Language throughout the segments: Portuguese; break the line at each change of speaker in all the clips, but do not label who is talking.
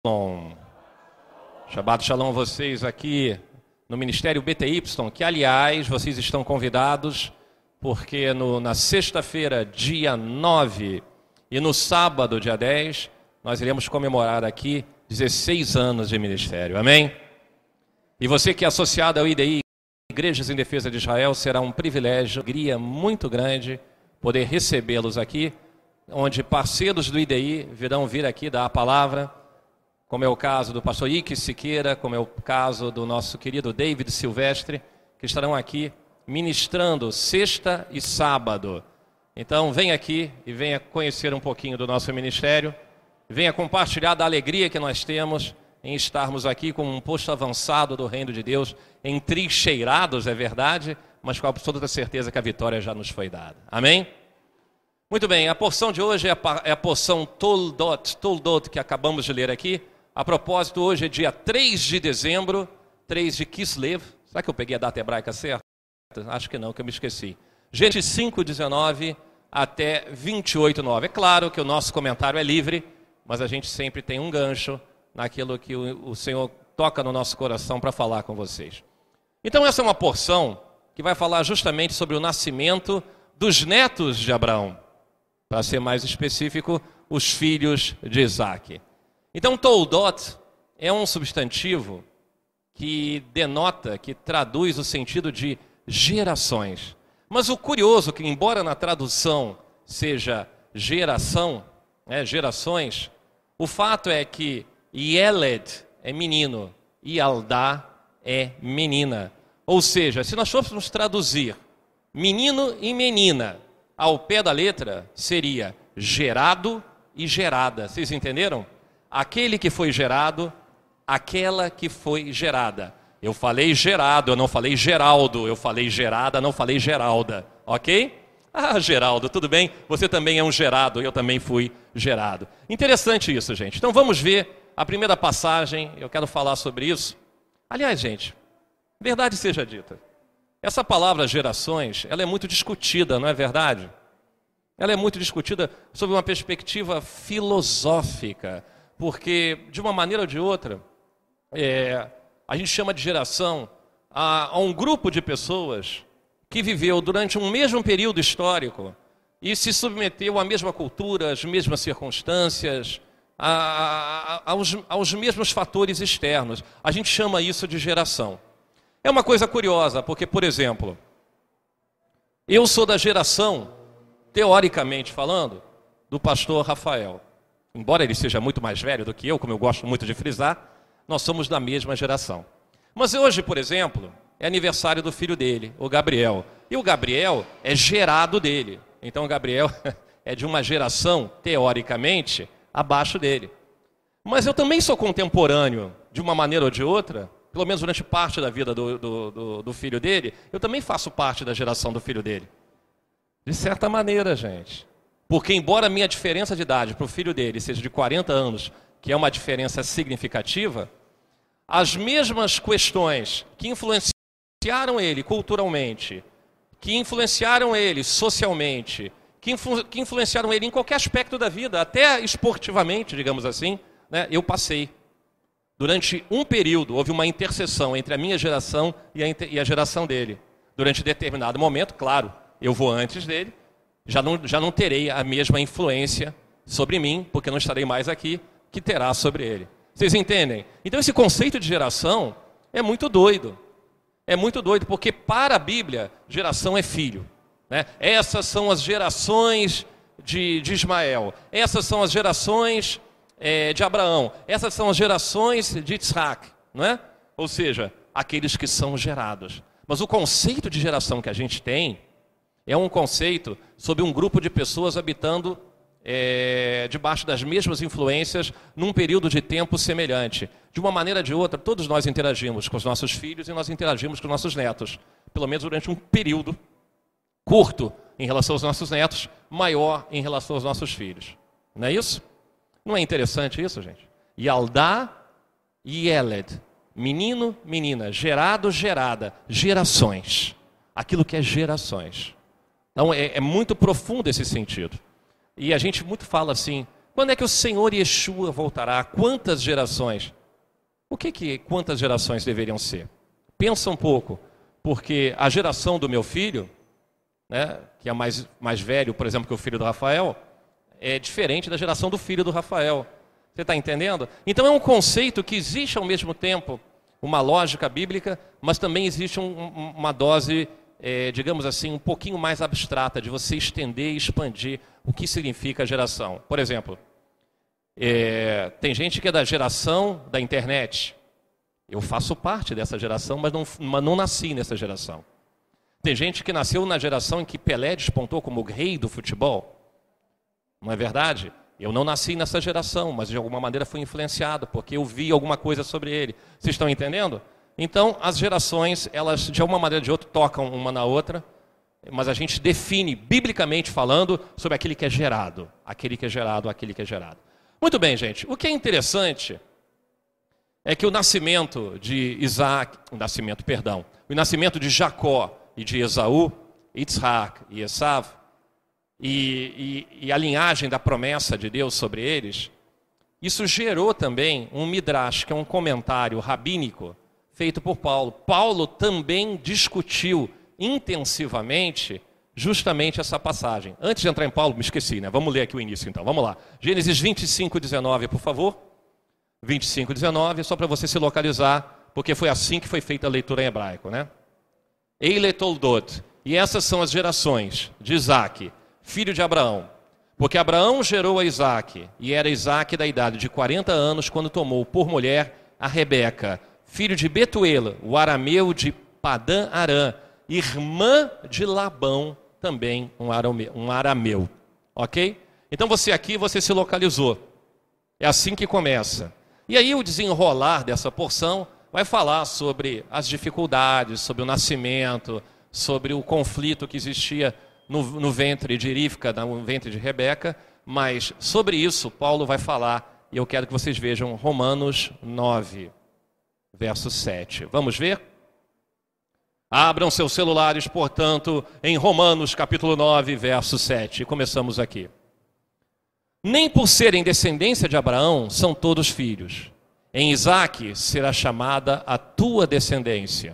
Shalom. Shabbat Shalom a vocês aqui no Ministério BTY, que aliás vocês estão convidados, porque na sexta-feira, dia 9, e no sábado, dia 10, nós iremos comemorar aqui 16 anos de ministério, amém? E você que é associado ao IDI, Igrejas em Defesa de Israel, será um privilégio, uma alegria muito grande poder recebê-los aqui, onde parceiros do IDI virão vir aqui dar a palavra, como é o caso do pastor Ike Siqueira, como é o caso do nosso querido David Silvestre, que estarão aqui ministrando sexta e sábado. Então venha aqui e venha conhecer um pouquinho do nosso ministério, venha compartilhar da alegria que nós temos em estarmos aqui com um posto avançado do reino de Deus, entrincheirados, é verdade, mas com absoluta certeza que a vitória já nos foi dada. Amém? Muito bem, a porção de hoje é a porção Toldot, que acabamos de ler aqui. A propósito, hoje é dia 3 de dezembro, 3 de Kislev. Será que eu peguei a data hebraica certa? Acho que não, que eu me esqueci. Gênesis 5:19 até 28:9. É claro que o nosso comentário é livre, mas a gente sempre tem um gancho naquilo que o Senhor toca no nosso coração para falar com vocês. Então essa é uma porção que vai falar justamente sobre o nascimento dos netos de Abraão. Para ser mais específico, os filhos de Isaac. Então, Toldot é um substantivo que denota, que traduz o sentido de gerações. Mas o curioso é que, embora na tradução seja geração, gerações, o fato é que Yeled é menino e Yaldá é menina. Ou seja, se nós fôssemos traduzir menino e menina ao pé da letra, seria gerado e gerada. Vocês entenderam? Aquele que foi gerado, aquela que foi gerada. Eu falei gerado, eu não falei Geraldo. Eu falei gerada, não falei Geralda. Ok? Ah, Geraldo, tudo bem? Você também é um gerado, eu também fui gerado. Interessante isso, gente. Então vamos ver a primeira passagem, eu quero falar sobre isso. Aliás, gente, verdade seja dita. Essa palavra gerações, ela é muito discutida, não é verdade? Ela é muito discutida sob uma perspectiva filosófica, porque, de uma maneira ou de outra, a gente chama de geração a um grupo de pessoas que viveu durante um mesmo período histórico e se submeteu à mesma cultura, às mesmas circunstâncias, aos mesmos fatores externos. A gente chama isso de geração. É uma coisa curiosa, porque, por exemplo, eu sou da geração, teoricamente falando, do pastor Rafael. Embora ele seja muito mais velho do que eu, como eu gosto muito de frisar, nós somos da mesma geração. Mas hoje, por exemplo, é aniversário do filho dele, o Gabriel. E o Gabriel é gerado dele. Então o Gabriel é de uma geração, teoricamente, abaixo dele. Mas eu também sou contemporâneo, de uma maneira ou de outra, pelo menos durante parte da vida do filho dele, eu também faço parte da geração do filho dele. De certa maneira, gente. Porque embora a minha diferença de idade para o filho dele seja de 40 anos, que é uma diferença significativa, as mesmas questões que influenciaram ele culturalmente, que influenciaram ele socialmente, que influenciaram ele em qualquer aspecto da vida, até esportivamente, digamos assim, né, eu passei. Durante um período, houve uma interseção entre a minha geração e a geração dele. Durante determinado momento, claro, eu vou antes dele, já não terei a mesma influência sobre mim, porque não estarei mais aqui, que terá sobre ele. Vocês entendem? Então esse conceito de geração é muito doido. É muito doido, porque para a Bíblia, geração é filho. Né? Essas são as gerações de Ismael. Essas são as gerações de Abraão. Essas são as gerações de Isaac. Não é? Ou seja, aqueles que são gerados. Mas o conceito de geração que a gente tem é um conceito sobre um grupo de pessoas habitando debaixo das mesmas influências num período de tempo semelhante. De uma maneira ou de outra, todos nós interagimos com os nossos filhos e nós interagimos com os nossos netos. Pelo menos durante um período curto em relação aos nossos netos, maior em relação aos nossos filhos. Não é isso? Não é interessante isso, gente? Yaldá e Yeled. Menino, menina. Gerado, gerada. Gerações. Aquilo que é gerações. Então é muito profundo esse sentido. E a gente muito fala assim, Quando é que o Senhor Yeshua voltará? Quantas gerações? Quantas gerações deveriam ser? Pensa um pouco, porque a geração do meu filho, né, que é mais velho, por exemplo, que o filho do Rafael, é diferente da geração do filho do Rafael. Você está entendendo? Então é um conceito que existe ao mesmo tempo uma lógica bíblica, mas também existe uma dose, digamos assim, um pouquinho mais abstrata de você estender e expandir o que significa geração. Por exemplo, tem gente que é da geração da internet. Eu faço parte dessa geração, mas não nasci nessa geração. Tem gente que nasceu na geração em que Pelé despontou como o rei do futebol. Não é verdade? Eu não nasci nessa geração, mas de alguma maneira fui influenciado, porque eu vi alguma coisa sobre ele. Vocês estão entendendo? Então, as gerações, elas de alguma maneira ou de outra tocam uma na outra, mas a gente define, biblicamente falando, sobre aquele que é gerado. Aquele que é gerado, aquele que é gerado. Muito bem, gente. O que é interessante é que o nascimento de o nascimento de Jacó e de Esaú, Yitzhak e Esav, e a linhagem da promessa de Deus sobre eles, isso gerou também um midrash, que é um comentário rabínico feito por Paulo. Paulo também discutiu intensivamente justamente essa passagem. Antes de entrar em Paulo, me esqueci, né? Vamos ler aqui o início então, vamos lá. Gênesis 25, 19, por favor. 25, 19, só para você se localizar, porque foi assim que foi feita a leitura em hebraico, né? Eile Toldot, e essas são as gerações de Isaque, filho de Abraão. Porque Abraão gerou a Isaque, e era Isaque da idade de 40 anos, quando tomou por mulher a Rebeca, filho de Betuela, o arameu de Padã Arã, irmã de Labão, também um arameu. Ok? Então você aqui, você se localizou. É assim que começa. E aí o desenrolar dessa porção vai falar sobre as dificuldades, sobre o nascimento, sobre o conflito que existia no ventre de Rivca, no ventre de Rebeca, mas sobre isso Paulo vai falar, e eu quero que vocês vejam Romanos 9, verso 7. Vamos ver? Abram seus celulares, portanto, em Romanos capítulo 9, verso 7. Começamos aqui. Nem por serem descendência de Abraão são todos filhos. Em Isaque será chamada a tua descendência.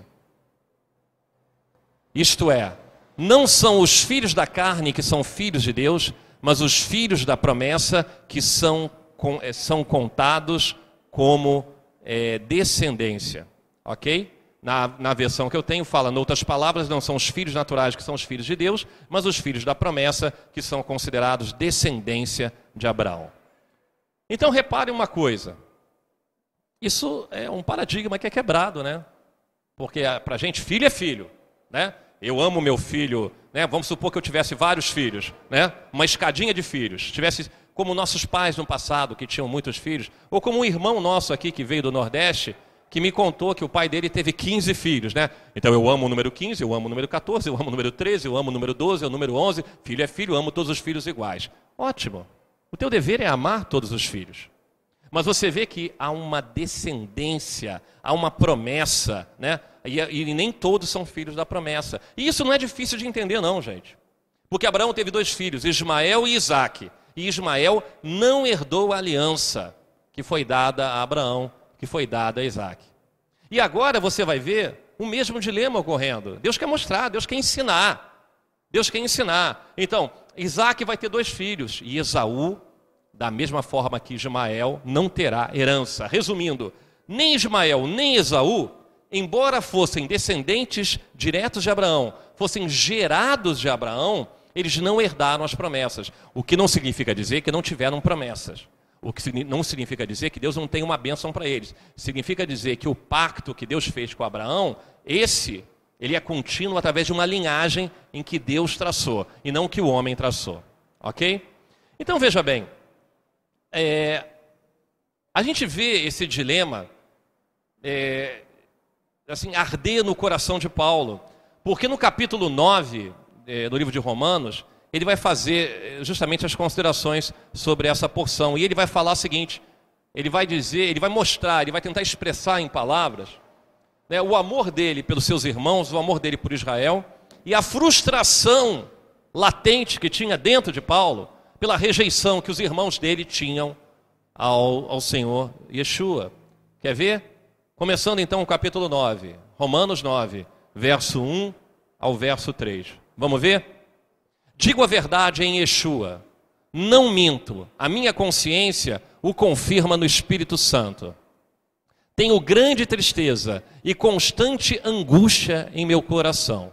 Isto é, não são os filhos da carne que são filhos de Deus, mas os filhos da promessa que são contados como descendência. Ok? Na versão que eu tenho, fala, em outras palavras, não são os filhos naturais que são os filhos de Deus, mas os filhos da promessa que são considerados descendência de Abraão. Então, repare uma coisa. Isso é um paradigma que é quebrado, né? Porque para a gente, filho é filho, né? Eu amo meu filho, né? Vamos supor que eu tivesse vários filhos, né? Uma escadinha de filhos. Tivesse como nossos pais no passado, que tinham muitos filhos, ou como um irmão nosso aqui que veio do Nordeste, que me contou que o pai dele teve 15 filhos, né? Então eu amo o número 15, eu amo o número 14, eu amo o número 13, eu amo o número 12, o número 11, filho é filho, eu amo todos os filhos iguais. Ótimo. O teu dever é amar todos os filhos. Mas você vê que há uma descendência, há uma promessa, né? E nem todos são filhos da promessa. E isso não é difícil de entender não, gente. Porque Abraão teve 2 filhos, Ismael e Isaque. E Ismael não herdou a aliança que foi dada a Abraão, que foi dada a Isaque. E agora você vai ver o mesmo dilema ocorrendo. Deus quer mostrar, Deus quer ensinar. Deus quer ensinar. Então, Isaque vai ter 2 filhos. E Esaú, da mesma forma que Ismael, não terá herança. Resumindo, nem Ismael nem Esaú, embora fossem descendentes diretos de Abraão, fossem gerados de Abraão, eles não herdaram as promessas. O que não significa dizer que não tiveram promessas. O que não significa dizer que Deus não tem uma bênção para eles. Significa dizer que o pacto que Deus fez com Abraão, ele é contínuo através de uma linhagem em que Deus traçou, e não que o homem traçou. Ok? Então veja bem, a gente vê esse dilema assim, arder no coração de Paulo, porque no capítulo 9 do livro de Romanos, ele vai fazer justamente as considerações sobre essa porção. E ele vai falar o seguinte, ele vai dizer, ele vai mostrar, ele vai tentar expressar em palavras, né, o amor dele pelos seus irmãos, o amor dele por Israel, e a frustração latente que tinha dentro de Paulo, pela rejeição que os irmãos dele tinham ao Senhor Yeshua. Quer ver? Começando então o capítulo 9, Romanos 9, verso 1 ao verso 3. Vamos ver? Digo a verdade em Yeshua, não minto, a minha consciência o confirma no Espírito Santo. Tenho grande tristeza e constante angústia em meu coração,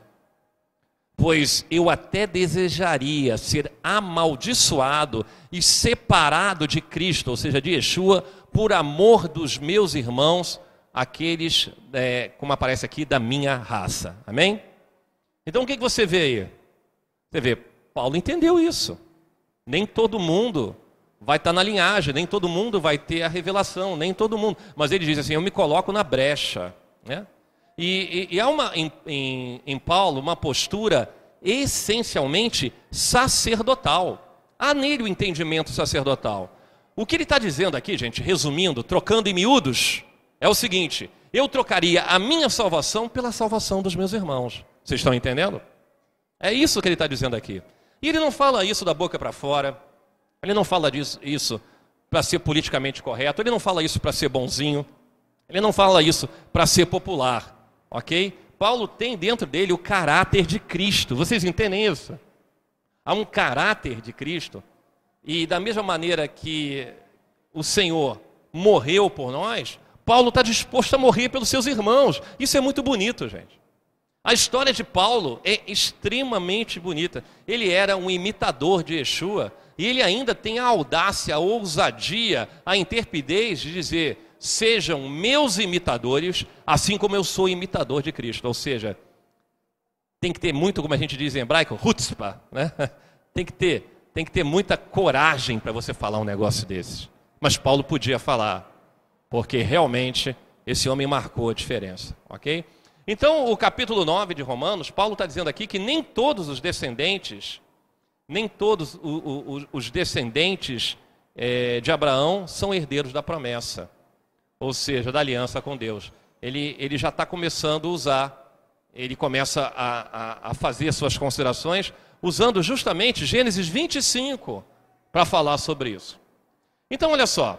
pois eu até desejaria ser amaldiçoado e separado de Cristo, ou seja, de Yeshua, por amor dos meus irmãos, aqueles, como aparece aqui, da minha raça. Amém? Então o que você vê aí? Você vê, Paulo entendeu isso. Nem todo mundo vai estar na linhagem, nem todo mundo vai ter a revelação, nem todo mundo. Mas ele diz assim, eu me coloco na brecha, né? E há em Paulo uma postura essencialmente sacerdotal. Há nele o entendimento sacerdotal. O que ele está dizendo aqui, gente, resumindo, trocando em miúdos, é o seguinte: eu trocaria a minha salvação pela salvação dos meus irmãos. Vocês estão entendendo? É isso que ele está dizendo aqui. E ele não fala isso da boca para fora, ele não fala isso para ser politicamente correto, ele não fala isso para ser bonzinho, ele não fala isso para ser popular, ok? Paulo tem dentro dele o caráter de Cristo, vocês entendem isso? Há um caráter de Cristo, e da mesma maneira que o Senhor morreu por nós, Paulo está disposto a morrer pelos seus irmãos. Isso é muito bonito, gente. A história de Paulo é extremamente bonita. Ele era um imitador de Yeshua, e ele ainda tem a audácia, a ousadia, a intrepidez de dizer: sejam meus imitadores, assim como eu sou imitador de Cristo. Ou seja, tem que ter muito, como a gente diz em hebraico, chutzpah, né? Tem que ter muita coragem para você falar um negócio desse. Mas Paulo podia falar, porque realmente esse homem marcou a diferença, ok? Então, o capítulo 9 de Romanos, Paulo está dizendo aqui que nem todos os descendentes, de Abraão são herdeiros da promessa, ou seja, da aliança com Deus. Ele já está começando a usar, ele começa a fazer suas considerações, usando justamente Gênesis 25 para falar sobre isso. Então, olha só.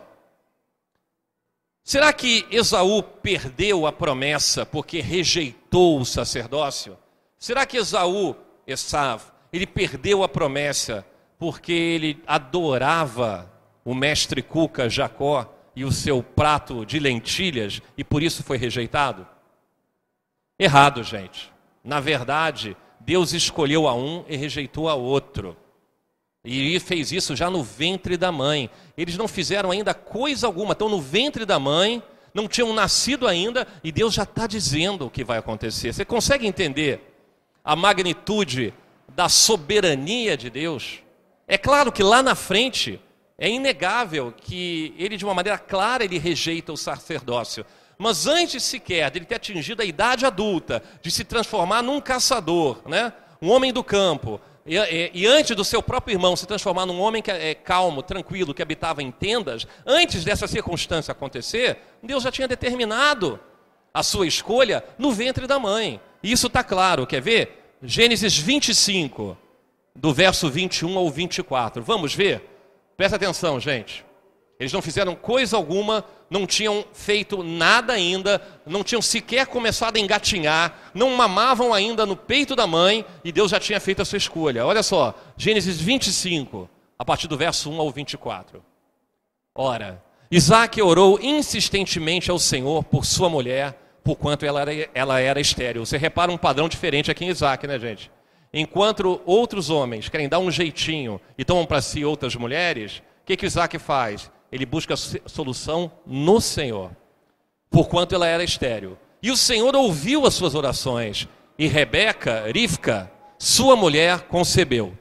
Será que Esaú perdeu a promessa porque rejeitou o sacerdócio? Será que Esaú, ele perdeu a promessa porque ele adorava o mestre Cuca Jacó e o seu prato de lentilhas e por isso foi rejeitado? Errado, gente. Na verdade, Deus escolheu a um e rejeitou a outro. E fez isso já no ventre da mãe. Eles não fizeram ainda coisa alguma, estão no ventre da mãe, não tinham nascido ainda, e Deus já está dizendo o que vai acontecer. Você consegue entender a magnitude da soberania de Deus? É claro que lá na frente, é inegável que ele, de uma maneira clara, ele rejeita o sacerdócio. Mas antes sequer de ele ter atingido a idade adulta, de se transformar num caçador, né? Um homem do campo, e antes do seu próprio irmão se transformar num homem que é calmo, tranquilo, que habitava em tendas, antes dessa circunstância acontecer, Deus já tinha determinado a sua escolha no ventre da mãe. E isso está claro, quer ver? Gênesis 25, do verso 21 ao 24. Vamos ver? Presta atenção, gente. Eles não fizeram coisa alguma, não tinham feito nada ainda, não tinham sequer começado a engatinhar, não mamavam ainda no peito da mãe, e Deus já tinha feito a sua escolha. Olha só, Gênesis 25, a partir do verso 1 ao 24. Ora, Isaque orou insistentemente ao Senhor por sua mulher, porquanto ela era estéril. Você repara um padrão diferente aqui em Isaque, né, gente? Enquanto outros homens querem dar um jeitinho e tomam para si outras mulheres, o que Isaque faz? Ele busca a solução no Senhor, porquanto ela era estéril. E o Senhor ouviu as suas orações, e Rebeca, Rivca, sua mulher, concebeu.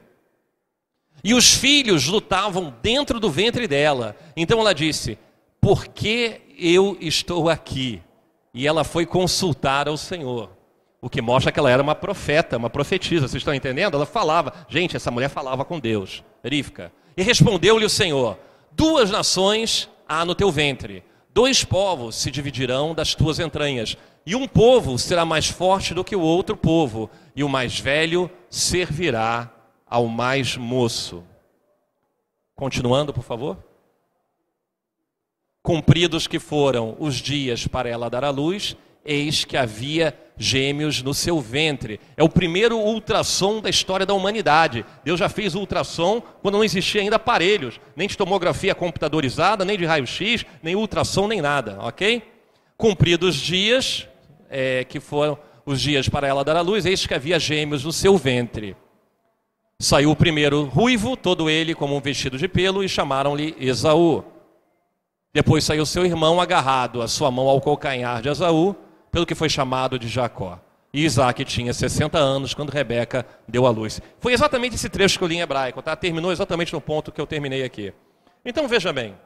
E os filhos lutavam dentro do ventre dela. Então ela disse: por que eu estou aqui? E ela foi consultar ao Senhor. O que mostra que ela era uma profeta, uma profetisa. Vocês estão entendendo? Ela falava. Gente, essa mulher falava com Deus. Rivca. E respondeu-lhe o Senhor: 2 nações há no teu ventre, 2 povos se dividirão das tuas entranhas, e um povo será mais forte do que o outro povo, e o mais velho servirá ao mais moço. Continuando, por favor. Cumpridos que foram os dias para ela dar à luz, eis que havia gêmeos no seu ventre. É o primeiro ultrassom da história da humanidade. Deus já fez ultrassom quando não existia ainda aparelhos, nem de tomografia computadorizada, nem de raio-x, nem ultrassom, nem nada, ok? Cumpridos os dias, que foram os dias para ela dar à luz, eis que havia gêmeos no seu ventre. Saiu o primeiro ruivo, todo ele como um vestido de pelo, e chamaram-lhe Esaú. Depois saiu seu irmão agarrado, a sua mão ao calcanhar de Esaú, pelo que foi chamado de Jacó. E Isaac tinha 60 anos quando Rebeca deu à luz. Foi exatamente esse trecho que eu li em hebraico, tá? Terminou exatamente no ponto que eu terminei aqui. Então veja bem,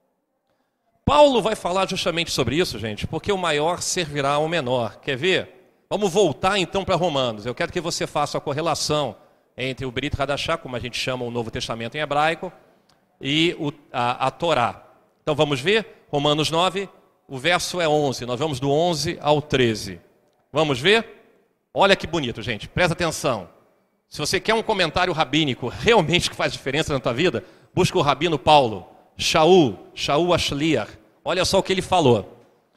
Paulo vai falar justamente sobre isso, gente, porque o maior servirá ao menor. Quer ver? Vamos voltar então para Romanos. Eu quero que você faça a correlação entre o Brit Hadashah, como a gente chama o Novo Testamento em hebraico, e a Torá. Então vamos ver, Romanos 9, o verso é 11, nós vamos do 11 ao 13. Vamos ver? Olha que bonito, gente, presta atenção. Se você quer um comentário rabínico realmente que faz diferença na tua vida, busca o rabino Paulo, Shaul Ashliach. Olha só o que ele falou.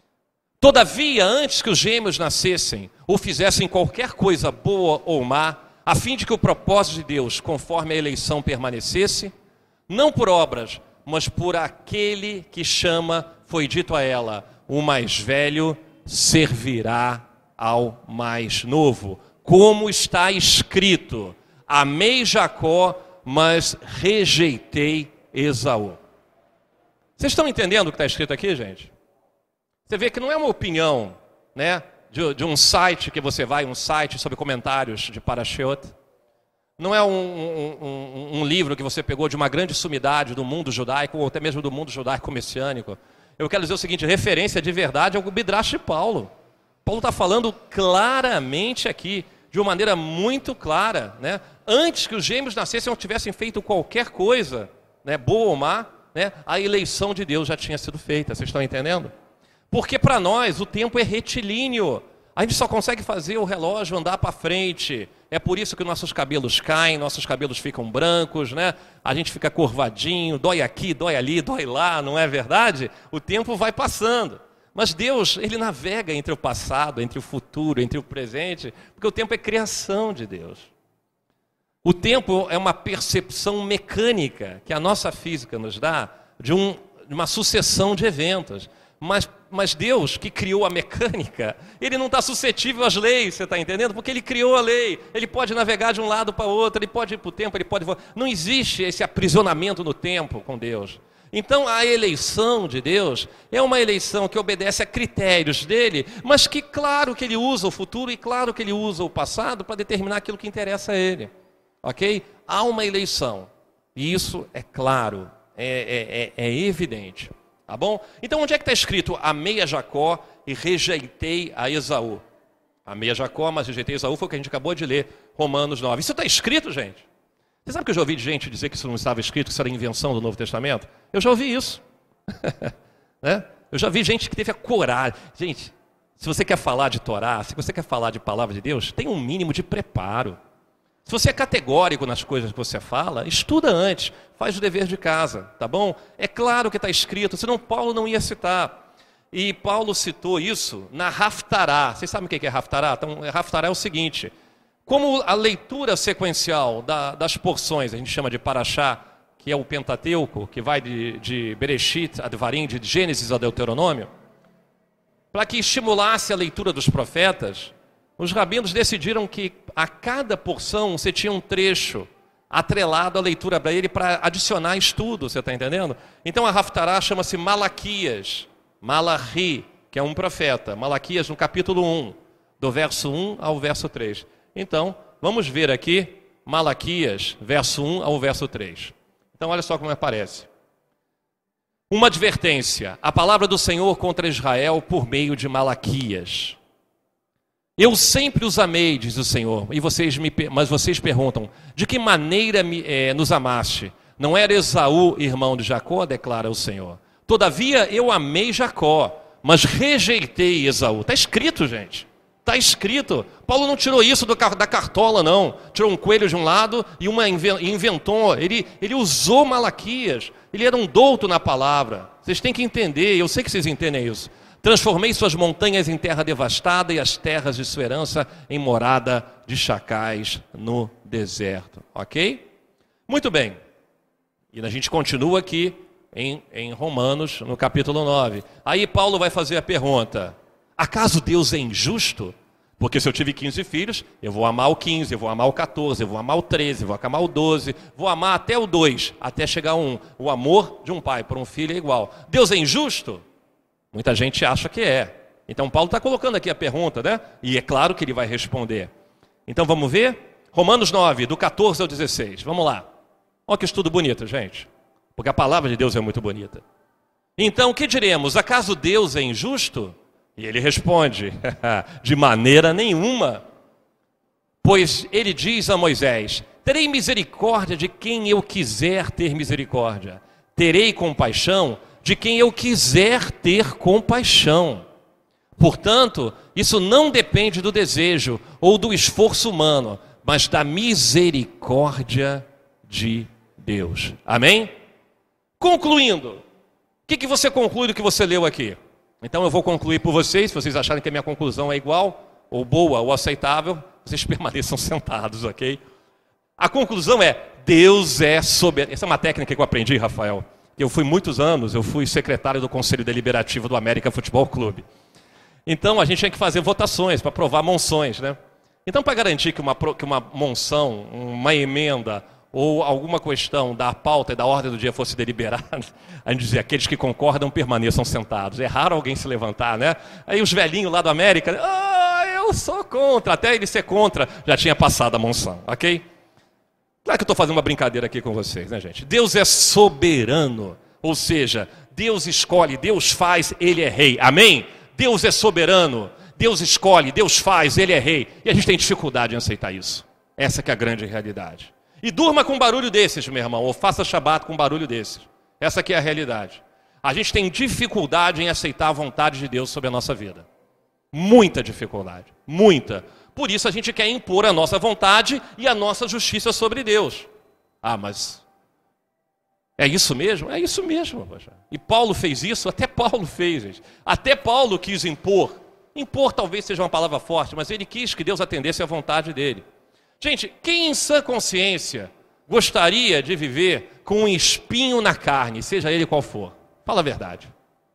Todavia, antes que os gêmeos nascessem, ou fizessem qualquer coisa boa ou má, a fim de que o propósito de Deus, conforme a eleição, permanecesse, não por obras, mas por aquele que chama, foi dito a ela, o mais velho servirá ao mais novo. Como está escrito, amei Jacó, mas rejeitei Esaú. Vocês estão entendendo o que está escrito aqui, gente? Você vê que não é uma opinião, né, de um site que você vai, um site sobre comentários de Parashot. Não é um livro que você pegou de uma grande sumidade do mundo judaico, ou até mesmo do mundo judaico-messiânico. Eu quero dizer o seguinte, referência de verdade é o Midrash de Paulo. Paulo está falando claramente aqui, de uma maneira muito clara, né? Antes que os gêmeos nascessem ou tivessem feito qualquer coisa, né, boa ou má, né, a eleição de Deus já tinha sido feita. Vocês estão entendendo? Porque para nós o tempo é retilíneo. A gente só consegue fazer o relógio andar para frente. É por isso que nossos cabelos caem, nossos cabelos ficam brancos, né? A gente fica curvadinho, dói aqui, dói ali, dói lá, não é verdade? O tempo vai passando. Mas Deus, Ele navega entre o passado, entre o futuro, entre o presente, porque o tempo é criação de Deus. O tempo é uma percepção mecânica que a nossa física nos dá de uma sucessão de eventos. Mas Deus, que criou a mecânica, Ele não está suscetível às leis, você está entendendo? Porque Ele criou a lei, Ele pode navegar de um lado para o outro, Ele pode ir para o tempo, Ele pode voar. Não existe esse aprisionamento no tempo com Deus. Então a eleição de Deus é uma eleição que obedece a critérios dele, mas que claro que Ele usa o futuro e claro que Ele usa o passado para determinar aquilo que interessa a Ele. Ok? Há uma eleição, e isso é claro, é evidente. Tá bom? Então onde é que está escrito amei a Jacó e rejeitei a Esaú? Amei a Jacó, mas rejeitei a Esaú, foi o que a gente acabou de ler, Romanos 9. Isso está escrito, gente? Você sabe que eu já ouvi gente dizer que isso não estava escrito, que isso era invenção do Novo Testamento? Eu já ouvi isso. Né? Eu já vi gente que teve a coragem. Gente, se você quer falar de Torá, se você quer falar de palavra de Deus, tem um mínimo de preparo. Se você é categórico nas coisas que você fala, estuda antes, faz o dever de casa, tá bom? É claro que está escrito, senão Paulo não ia citar. E Paulo citou isso na Haftará. Vocês sabem o que é Haftará? Então, Haftará é o seguinte, como a leitura sequencial das porções, a gente chama de Parashá, que é o Pentateuco, que vai de Bereshit a Devarim, de Gênesis a Deuteronômio, para que estimulasse a leitura dos profetas, os rabinos decidiram que a cada porção você tinha um trecho atrelado à leitura para ele para adicionar estudo, você está entendendo? Então a Haftará chama-se Malaquias, Malachi, que é um profeta, Malaquias no capítulo 1, do verso 1 ao verso 3. Então, vamos ver aqui Malaquias, verso 1 ao verso 3. Então olha só como aparece. Uma advertência, a palavra do Senhor contra Israel por meio de Malaquias. Eu sempre os amei, diz o Senhor, mas vocês perguntam, de que maneira nos amaste? Não era Esaú, irmão de Jacó, declara o Senhor. Todavia eu amei Jacó, mas rejeitei Esaú. Está escrito, gente. Está escrito. Paulo não tirou isso da cartola, não. Tirou um coelho de um lado e inventou. Ele usou Malaquias. Ele era um douto na palavra. Vocês têm que entender, eu sei que vocês entendem isso. Transformei suas montanhas em terra devastada e as terras de sua herança em morada de chacais no deserto. Ok? Muito bem. E a gente continua aqui em Romanos, no capítulo 9. Aí Paulo vai fazer a pergunta: acaso Deus é injusto? Porque se eu tive 15 filhos, eu vou amar o 15, eu vou amar o 14, eu vou amar o 13, eu vou amar o 12, vou amar até o 2, até chegar a 1. O amor de um pai por um filho é igual. Deus é injusto? Muita gente acha que é. Então Paulo está colocando aqui a pergunta, né? E é claro que ele vai responder. Então vamos ver? Romanos 9, do 14 ao 16. Vamos lá. Olha que estudo bonito, gente. Porque a palavra de Deus é muito bonita. Então, o que diremos? Acaso Deus é injusto? E ele responde, de maneira nenhuma. Pois ele diz a Moisés: terei misericórdia de quem eu quiser ter misericórdia. Terei compaixão de quem eu quiser ter compaixão. Portanto, isso não depende do desejo ou do esforço humano, mas da misericórdia de Deus. Amém? Concluindo, o que você conclui do que você leu aqui? Então eu vou concluir por vocês. Se vocês acharem que a minha conclusão é igual, ou boa, ou aceitável, vocês permaneçam sentados, ok? A conclusão é: Deus é soberano. Essa é uma técnica que eu aprendi, Rafael. Eu fui muitos anos, eu fui secretário do Conselho Deliberativo do América Futebol Clube. Então a gente tinha que fazer votações para aprovar monções, né? Então, para garantir que uma monção, uma emenda ou alguma questão da pauta e da ordem do dia fosse deliberada, a gente dizia: aqueles que concordam permaneçam sentados. É raro alguém se levantar, né? Aí os velhinhos lá do América: eu sou contra. Até ele ser contra, já tinha passado a monção, ok? Claro que eu estou fazendo uma brincadeira aqui com vocês, né, gente? Deus é soberano, ou seja, Deus escolhe, Deus faz, Ele é rei, amém? Deus é soberano, Deus escolhe, Deus faz, Ele é rei. E a gente tem dificuldade em aceitar isso. Essa que é a grande realidade. E durma com barulho desses, meu irmão, ou faça shabat com barulho desses. Essa que é a realidade. A gente tem dificuldade em aceitar a vontade de Deus sobre a nossa vida. Muita dificuldade, muita. Por isso a gente quer impor a nossa vontade e a nossa justiça sobre Deus. Ah, mas é isso mesmo? É isso mesmo. Poxa. E Paulo fez isso? Até Paulo fez, gente. Até Paulo quis impor. Impor talvez seja uma palavra forte, mas ele quis que Deus atendesse à vontade dele. Gente, quem em sã consciência gostaria de viver com um espinho na carne, seja ele qual for? Fala a verdade.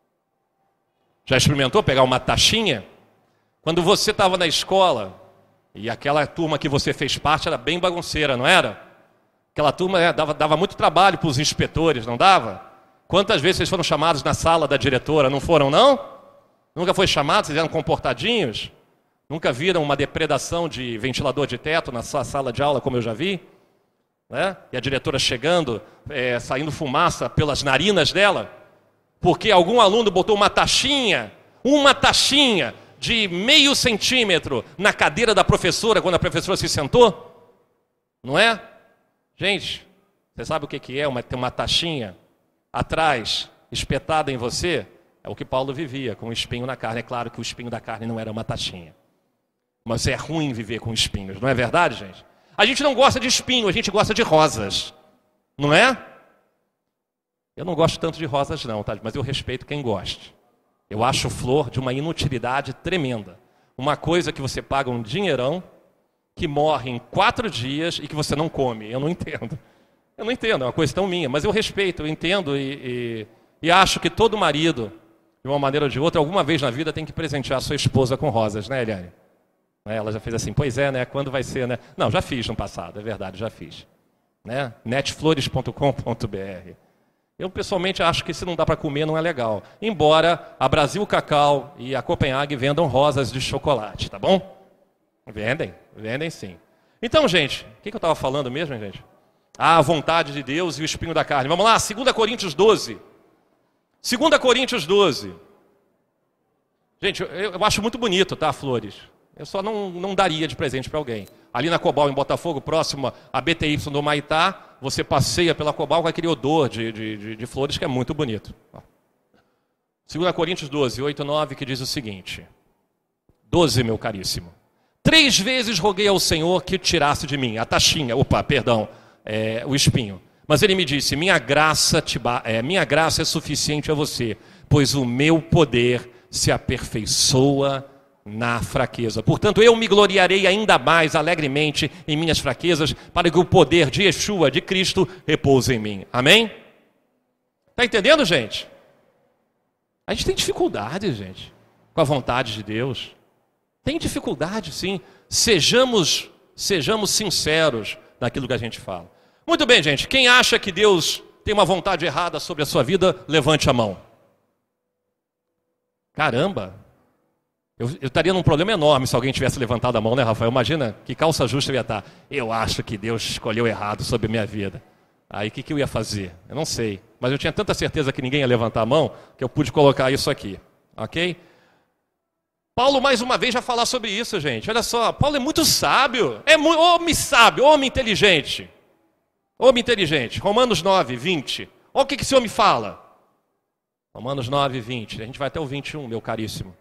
Já experimentou pegar uma taxinha? Quando você estava na escola, e aquela turma que você fez parte era bem bagunceira, não era? Aquela turma dava muito trabalho para os inspetores, não dava? Quantas vezes vocês foram chamados na sala da diretora? Não foram, não? Nunca foi chamado? Vocês eram comportadinhos? Nunca viram uma depredação de ventilador de teto na sua sala de aula, como eu já vi? Né? E a diretora chegando, saindo fumaça pelas narinas dela? Porque algum aluno botou uma taxinha de meio centímetro na cadeira da professora, quando a professora se sentou? Não é? Gente, você sabe o que é ter uma taxinha atrás, espetada em você? É o que Paulo vivia, com um espinho na carne. É claro que o espinho da carne não era uma taxinha. Mas é ruim viver com espinhos, não é verdade, gente? A gente não gosta de espinho, a gente gosta de rosas. Não é? Eu não gosto tanto de rosas não, tá? Mas eu respeito quem goste. Eu acho flor de uma inutilidade tremenda. Uma coisa que você paga um dinheirão, que morre em 4 dias e que você não come. Eu não entendo. Eu não entendo, é uma questão minha. Mas eu respeito, eu entendo e acho que todo marido, de uma maneira ou de outra, alguma vez na vida tem que presentear a sua esposa com rosas, né, Eliane? Ela já fez assim: pois é, né? Quando vai ser, né? Não, já fiz no passado, é verdade, já fiz. Né? netflores.com.br. Eu, pessoalmente, acho que se não dá para comer, não é legal. Embora a Brasil Cacau e a Copenhague vendam rosas de chocolate, tá bom? Vendem sim. Então, gente, o que eu estava falando mesmo, gente? A vontade de Deus e o espinho da carne. Vamos lá, 2 Coríntios 12. 2 Coríntios 12. Gente, eu acho muito bonito, tá, flores? Eu só não daria de presente para alguém. Ali na Cobal, em Botafogo, próximo a BTY do Maitá, você passeia pela Cobal com aquele odor de flores que é muito bonito. 2 Coríntios 12, 8 e 9, que diz o seguinte: 12, meu caríssimo. 3 vezes roguei ao Senhor que tirasse de mim a taxinha, o espinho. Mas ele me disse, minha graça é suficiente a você, pois o meu poder se aperfeiçoa na fraqueza. Portanto, eu me gloriarei ainda mais alegremente em minhas fraquezas, para que o poder de Yeshua, de Cristo, repouse em mim. Amém? Está entendendo, gente? A gente tem dificuldade, gente, com a vontade de Deus. Tem dificuldade, sim. Sejamos sinceros naquilo que a gente fala. Muito bem, gente. Quem acha que Deus tem uma vontade errada sobre a sua vida, levante a mão. Caramba! Eu estaria num problema enorme se alguém tivesse levantado a mão, né, Rafael? Imagina que calça justa eu ia estar. Eu acho que Deus escolheu errado sobre a minha vida. Aí o que eu ia fazer? Eu não sei. Mas eu tinha tanta certeza que ninguém ia levantar a mão, que eu pude colocar isso aqui. Ok? Paulo, mais uma vez, vai falar sobre isso, gente. Olha só, Paulo é muito sábio. Homem sábio, homem inteligente. Homem inteligente. Romanos 9, 20. Olha o que esse homem fala. Romanos 9, 20. A gente vai até o 21, meu caríssimo.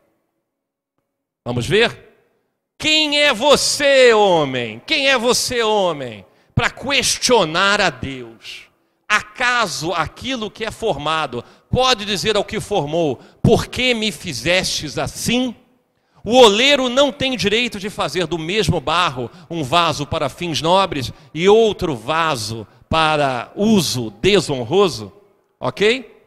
Vamos ver? Quem é você, homem? Quem é você, homem? Para questionar a Deus. Acaso aquilo que é formado pode dizer ao que formou, por que me fizestes assim? O oleiro não tem direito de fazer do mesmo barro um vaso para fins nobres e outro vaso para uso desonroso? Ok?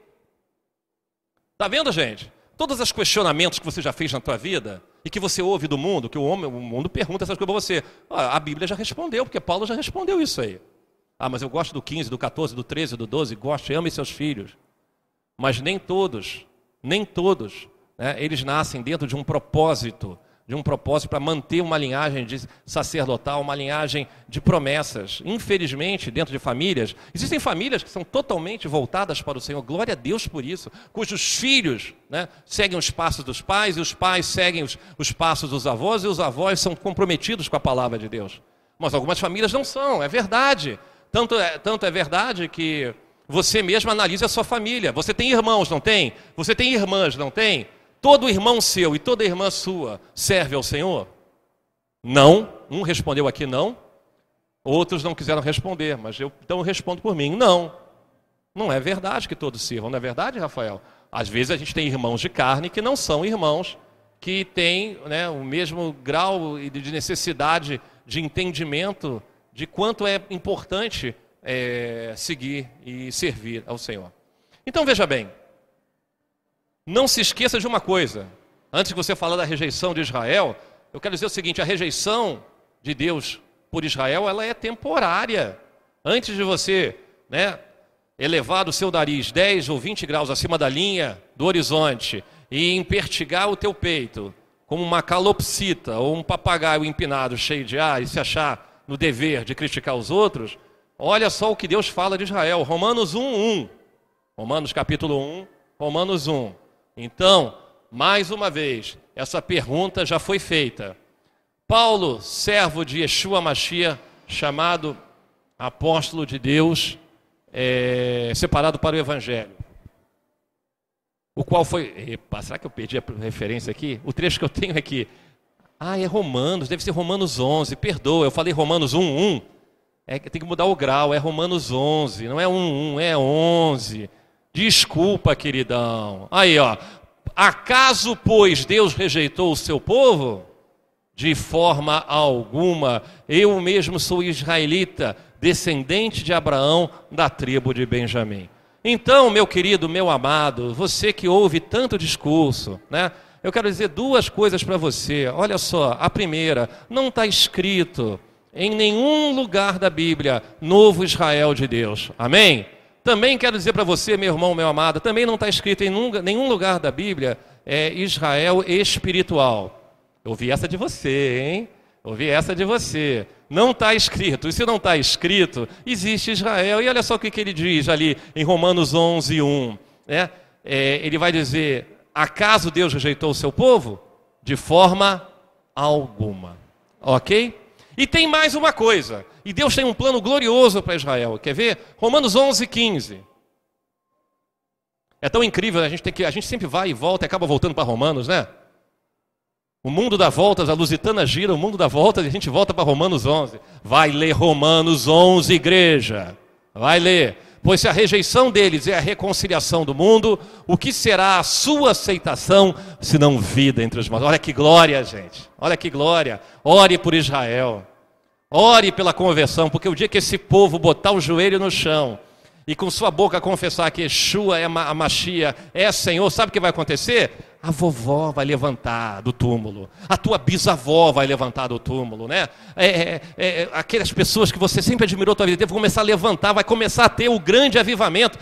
Está vendo, gente? Todos os questionamentos que você já fez na tua vida e que você ouve do mundo, que o mundo pergunta essas coisas para você. A Bíblia já respondeu, porque Paulo já respondeu isso aí. Ah, mas eu gosto do 15, do 14, do 13, do 12, gosto e ame seus filhos. Mas nem todos, né, eles nascem dentro de um propósito para manter uma linhagem de sacerdotal, uma linhagem de promessas. Infelizmente, dentro de famílias, existem famílias que são totalmente voltadas para o Senhor, glória a Deus por isso, cujos filhos, né, seguem os passos dos pais, e os pais seguem os passos dos avós, e os avós são comprometidos com a palavra de Deus. Mas algumas famílias não são, é verdade. Tanto é verdade que você mesmo analisa a sua família. Você tem irmãos, não tem? Você tem irmãs, não tem? Todo irmão seu e toda irmã sua serve ao Senhor? Não. Um respondeu aqui não. Outros não quiseram responder, mas então eu respondo por mim. Não. Não é verdade que todos sirvam. Não é verdade, Rafael? Às vezes a gente tem irmãos de carne que não são irmãos, que têm, né, o mesmo grau de necessidade de entendimento de quanto é importante seguir e servir ao Senhor. Então veja bem. Não se esqueça de uma coisa. Antes de você falar da rejeição de Israel, eu quero dizer o seguinte, a rejeição de Deus por Israel, ela é temporária. Antes de você, né, elevar o seu nariz 10 ou 20 graus acima da linha do horizonte e empertigar o teu peito como uma calopsita ou um papagaio empinado cheio de ar e se achar no dever de criticar os outros, olha só o que Deus fala de Israel. Romanos 1:1. Romanos capítulo 1, Romanos 1. Então, mais uma vez, essa pergunta já foi feita. Paulo, servo de Yeshua Mashiach, chamado apóstolo de Deus, separado para o Evangelho. O qual foi... Epa, será que eu perdi a referência aqui? O trecho que eu tenho aqui. É Romanos, deve ser Romanos 11. Perdoa, eu falei Romanos 1:1. Tem que mudar o grau, é Romanos 11. Não é 1:1, é 11. Desculpa, queridão. Aí, ó. Acaso, pois, Deus rejeitou o seu povo? De forma alguma. Eu mesmo sou israelita, descendente de Abraão, da tribo de Benjamim. Então, meu querido, meu amado, você que ouve tanto discurso, né? Eu quero dizer 2 coisas para você. Olha só, a primeira, não está escrito em nenhum lugar da Bíblia, novo Israel de Deus. Amém? Também quero dizer para você, meu irmão, meu amado, também não está escrito em nenhum lugar da Bíblia Israel espiritual. Eu ouvi essa de você, hein? Ouvi essa de você. Não está escrito. E se não está escrito, existe Israel. E olha só o que ele diz ali em Romanos 11:1. Né? Ele vai dizer, acaso Deus rejeitou o seu povo? De forma alguma. Ok? E tem mais uma coisa. E Deus tem um plano glorioso para Israel. Quer ver? Romanos 11:15. É tão incrível, a gente sempre vai e volta e acaba voltando para Romanos, né? O mundo dá voltas, a Lusitana gira, o mundo dá voltas e a gente volta para Romanos 11. Vai ler Romanos 11, igreja. Vai ler. Pois se a rejeição deles é a reconciliação do mundo, o que será a sua aceitação, se não vida entre os mortos? Olha que glória, gente. Olha que glória. Ore por Israel. Ore pela conversão, porque o dia que esse povo botar o joelho no chão e com sua boca confessar que Yeshua é a Mashiach, é Senhor, sabe o que vai acontecer? A vovó vai levantar do túmulo, a tua bisavó vai levantar do túmulo, né? Aquelas pessoas que você sempre admirou a tua vida inteira vão começar a levantar, vai começar a ter o grande avivamento,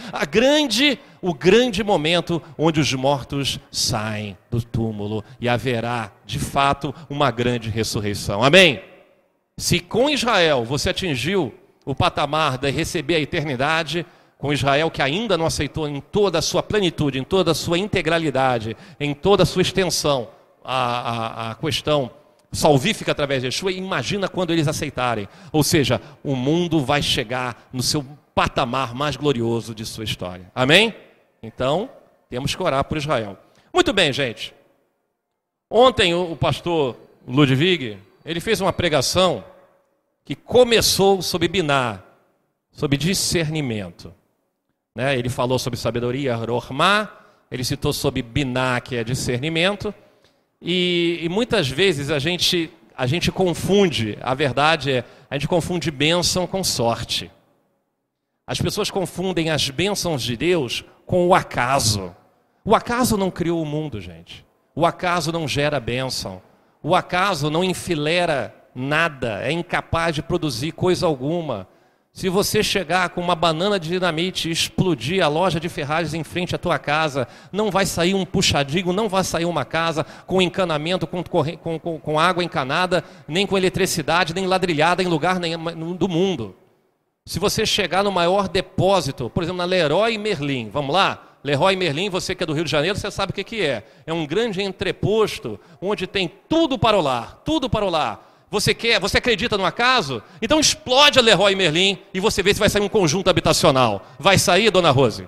o grande momento onde os mortos saem do túmulo e haverá, de fato, uma grande ressurreição. Amém? Se com Israel você atingiu o patamar de receber a eternidade, com Israel que ainda não aceitou em toda a sua plenitude, em toda a sua integralidade, em toda a sua extensão, a questão salvífica através de Yeshua, imagina quando eles aceitarem. Ou seja, o mundo vai chegar no seu patamar mais glorioso de sua história. Amém? Então, temos que orar por Israel. Muito bem, gente. Ontem o pastor Ludwig, ele fez uma pregação que começou sobre Biná, sobre discernimento. Né? Ele falou sobre sabedoria, Rohmá, ele citou sobre Biná, que é discernimento, e muitas vezes a gente confunde, a verdade é, a gente confunde bênção com sorte. As pessoas confundem as bênçãos de Deus com o acaso. O acaso não criou o mundo, gente. O acaso não gera bênção. O acaso não enfileira nada, é incapaz de produzir coisa alguma. Se você chegar com uma banana de dinamite e explodir a loja de ferragens em frente à tua casa, não vai sair um puxadinho, não vai sair uma casa com encanamento, com água encanada, nem com eletricidade, nem ladrilhada em lugar nenhum do mundo. Se você chegar no maior depósito, por exemplo, na Leroy Merlin, vamos lá? Leroy Merlin, você que é do Rio de Janeiro, você sabe o que é. É um grande entreposto onde tem tudo para o lar, tudo para o lar. Você acredita no acaso? Então explode a Leroy Merlin e você vê se vai sair um conjunto habitacional. Vai sair, dona Rose?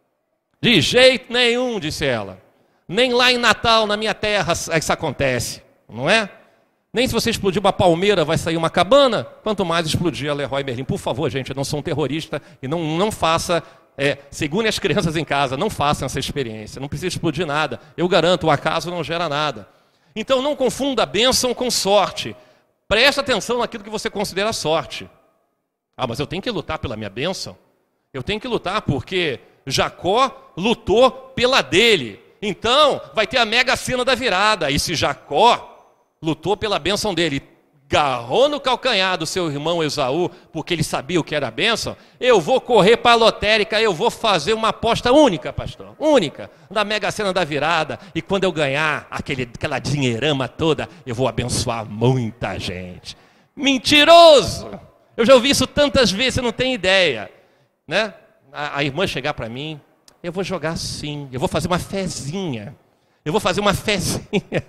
De jeito nenhum, disse ela. Nem lá em Natal, na minha terra, isso acontece, não é? Nem se você explodir uma palmeira vai sair uma cabana, quanto mais explodir a Leroy Merlin. Por favor, gente, eu não sou um terrorista e não faça, segure as crianças em casa, não façam essa experiência. Não precisa explodir nada. Eu garanto, o acaso não gera nada. Então não confunda bênção com sorte. Presta atenção naquilo que você considera sorte. Ah, mas eu tenho que lutar pela minha bênção? Eu tenho que lutar porque Jacó lutou pela dele. Então, vai ter a mega sena da virada. E se Jacó lutou pela bênção dele, agarrou no calcanhar do seu irmão Esaú, porque ele sabia o que era a bênção, eu vou correr para a lotérica, eu vou fazer uma aposta única, pastor, única, da mega sena da virada, e quando eu ganhar aquela dinheirama toda, eu vou abençoar muita gente. Mentiroso! Eu já ouvi isso tantas vezes, você não tem ideia, né? A irmã chegar para mim, eu vou jogar sim, eu vou fazer uma fezinha. Eu vou fazer uma fezinha.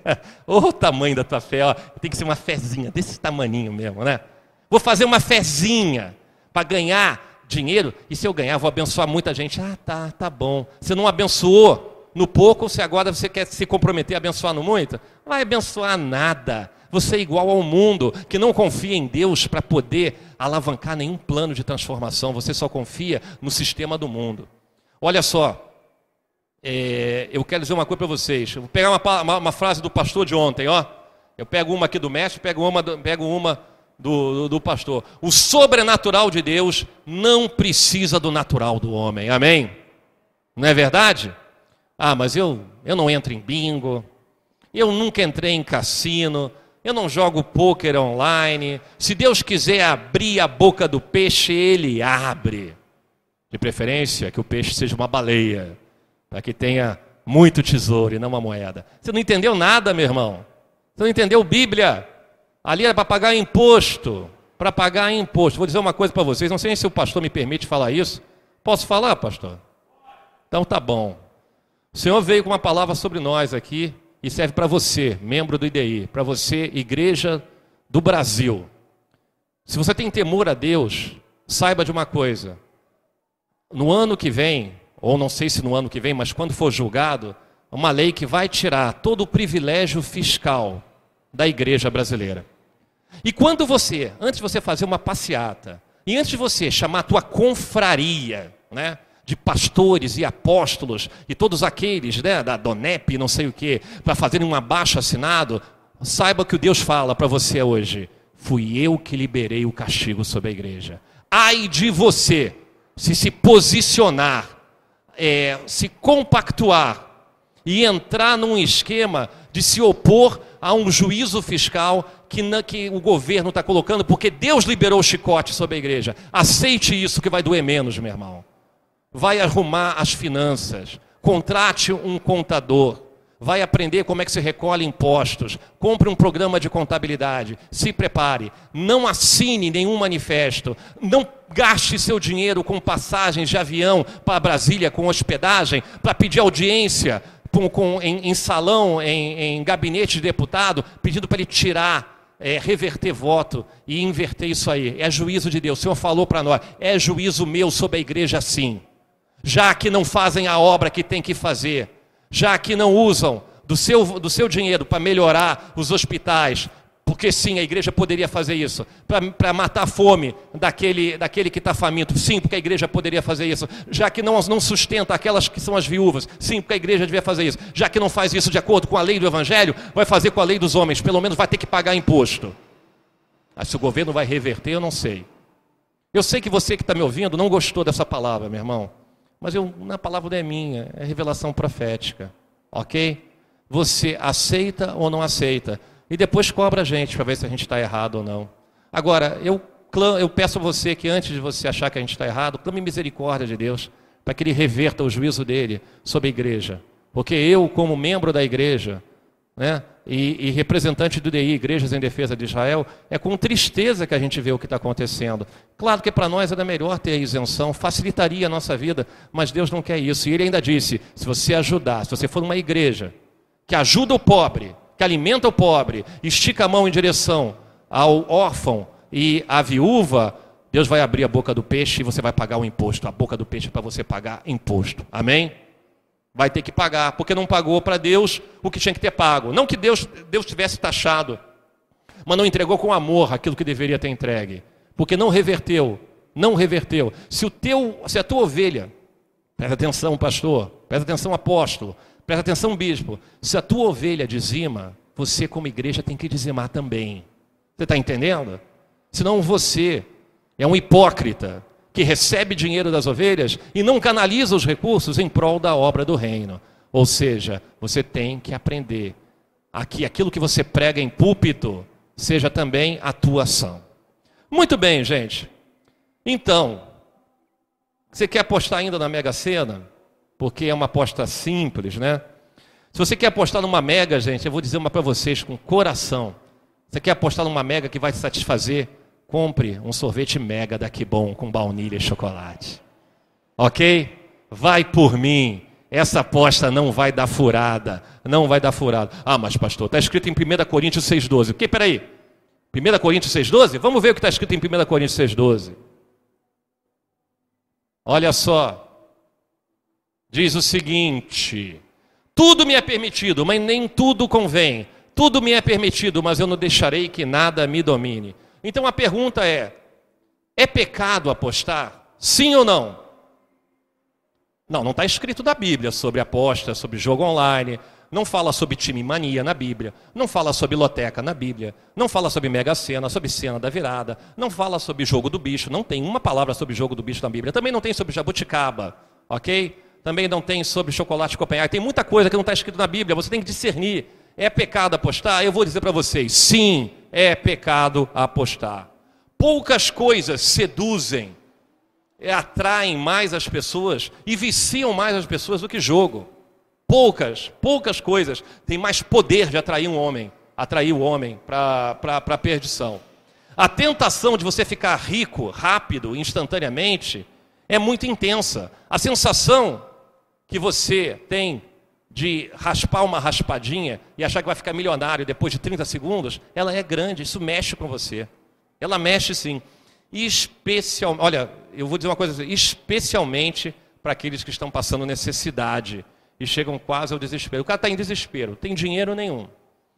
O tamanho da tua fé, ó. Tem que ser uma fezinha, desse tamaninho mesmo, né? Vou fazer uma fezinha para ganhar dinheiro. E se eu ganhar, vou abençoar muita gente. Ah, tá bom. Você não abençoou no pouco, se agora você quer se comprometer a abençoar no muito? Não vai abençoar nada. Você é igual ao mundo, que não confia em Deus para poder alavancar nenhum plano de transformação. Você só confia no sistema do mundo. Olha só. Eu quero dizer uma coisa para vocês. Eu vou pegar uma frase do pastor de ontem, ó. Eu pego uma aqui do mestre, pego uma do pastor. O sobrenatural de Deus não precisa do natural do homem. Amém? Não é verdade? Ah, mas eu não entro em bingo. Eu nunca entrei em cassino. Eu não jogo pôquer online. Se Deus quiser abrir a boca do peixe, Ele abre. De preferência que o peixe seja uma baleia, para que tenha muito tesouro e não uma moeda. Você não entendeu nada, meu irmão. Você não entendeu Bíblia. Ali era para pagar imposto. Para pagar imposto. Vou dizer uma coisa para vocês. Não sei se o pastor me permite falar isso. Posso falar, pastor? Então tá bom. O Senhor veio com uma palavra sobre nós aqui e serve para você, membro do IDI. Para você, igreja do Brasil. Se você tem temor a Deus, saiba de uma coisa. No ano que vem, ou não sei se no ano que vem, mas quando for julgado, uma lei que vai tirar todo o privilégio fiscal da igreja brasileira. E quando você, antes de você fazer uma passeata, e antes de você chamar a tua confraria, né, de pastores e apóstolos, e todos aqueles, né, da DONEP, não sei o quê, para fazerem um abaixo-assinado, saiba que o Deus fala para você hoje: fui eu que liberei o castigo sobre a igreja. Ai de você, se posicionar, se compactuar e entrar num esquema de se opor a um juízo fiscal que o governo está colocando, porque Deus liberou o chicote sobre a igreja. Aceite isso que vai doer menos, meu irmão. Vai arrumar as finanças, contrate um contador, vai aprender como é que se recolhe impostos, compre um programa de contabilidade, se prepare, não assine nenhum manifesto, não gaste seu dinheiro com passagens de avião para Brasília, com hospedagem, para pedir audiência em salão, em gabinete de deputado, pedindo para ele tirar, reverter voto e inverter isso aí. É juízo de Deus. O Senhor falou para nós, é juízo meu sobre a igreja sim. Já que não fazem a obra que tem que fazer, já que não usam do seu dinheiro para melhorar os hospitais, porque sim, a igreja poderia fazer isso, para matar a fome daquele que está faminto, sim, porque a igreja poderia fazer isso, já que não sustenta aquelas que são as viúvas, sim, porque a igreja devia fazer isso, já que não faz isso de acordo com a lei do evangelho, vai fazer com a lei dos homens, pelo menos vai ter que pagar imposto. Mas se o governo vai reverter, eu não sei. Eu sei que você que está me ouvindo não gostou dessa palavra, meu irmão, mas a palavra não é minha, é revelação profética, ok? Você aceita ou não aceita? E depois cobra a gente para ver se a gente está errado ou não. Agora, eu peço a você que antes de você achar que a gente está errado, clame misericórdia de Deus, para que Ele reverta o juízo dele sobre a igreja. Porque eu, como membro da igreja, né, e representante do DI, Igrejas em Defesa de Israel, é com tristeza que a gente vê o que está acontecendo. Claro que para nós era melhor ter a isenção, facilitaria a nossa vida, mas Deus não quer isso. E Ele ainda disse, se você ajudar, se você for uma igreja que ajuda o pobre, que alimenta o pobre, estica a mão em direção ao órfão e à viúva, Deus vai abrir a boca do peixe e você vai pagar o imposto. A boca do peixe é para você pagar imposto. Amém? Vai ter que pagar, porque não pagou para Deus o que tinha que ter pago. Não que Deus tivesse taxado, mas não entregou com amor aquilo que deveria ter entregue. Porque não reverteu, não reverteu. Se a tua ovelha, presta atenção pastor, presta atenção apóstolo, presta atenção bispo, se a tua ovelha dizima, você como igreja tem que dizimar também. Você está entendendo? Senão você é um hipócrita que recebe dinheiro das ovelhas e não canaliza os recursos em prol da obra do reino. Ou seja, você tem que aprender a que aquilo que você prega em púlpito seja também a tua ação. Muito bem, gente. Então, você quer apostar ainda na Mega Sena? Porque é uma aposta simples, né? Se você quer apostar numa Mega, gente, eu vou dizer uma para vocês com coração. Você quer apostar numa Mega que vai te satisfazer? Compre um sorvete Mega da Que Bom com baunilha e chocolate. Ok? Vai por mim. Essa aposta não vai dar furada. Não vai dar furada. Ah, mas pastor, está escrito em 1 Coríntios 6,12. O que? Peraí. 1 Coríntios 6,12? Vamos ver o que está escrito em 1 Coríntios 6,12. Olha só. Diz o seguinte: tudo me é permitido, mas nem tudo convém. Tudo me é permitido, mas eu não deixarei que nada me domine. Então a pergunta é pecado apostar? Sim ou não? Não está escrito na Bíblia sobre aposta, sobre jogo online, não fala sobre time mania na Bíblia, não fala sobre loteca na Bíblia, não fala sobre Mega Sena, sobre cena da virada, não fala sobre jogo do bicho, não tem uma palavra sobre jogo do bicho na Bíblia, também não tem sobre jabuticaba, ok? Também não tem sobre chocolate Copenhague, tem muita coisa que não está escrito na Bíblia, você tem que discernir. É pecado apostar? Eu vou dizer para vocês, sim, é pecado apostar. Poucas coisas seduzem, atraem mais as pessoas e viciam mais as pessoas do que jogo. Poucas coisas têm mais poder de atrair o homem para a perdição. A tentação de você ficar rico, rápido, instantaneamente, é muito intensa. A sensação que você tem de raspar uma raspadinha e achar que vai ficar milionário depois de 30 segundos, ela é grande, isso mexe com você. Ela mexe sim. Olha, eu vou dizer uma coisa assim, especialmente para aqueles que estão passando necessidade e chegam quase ao desespero. O cara está em desespero, tem dinheiro nenhum,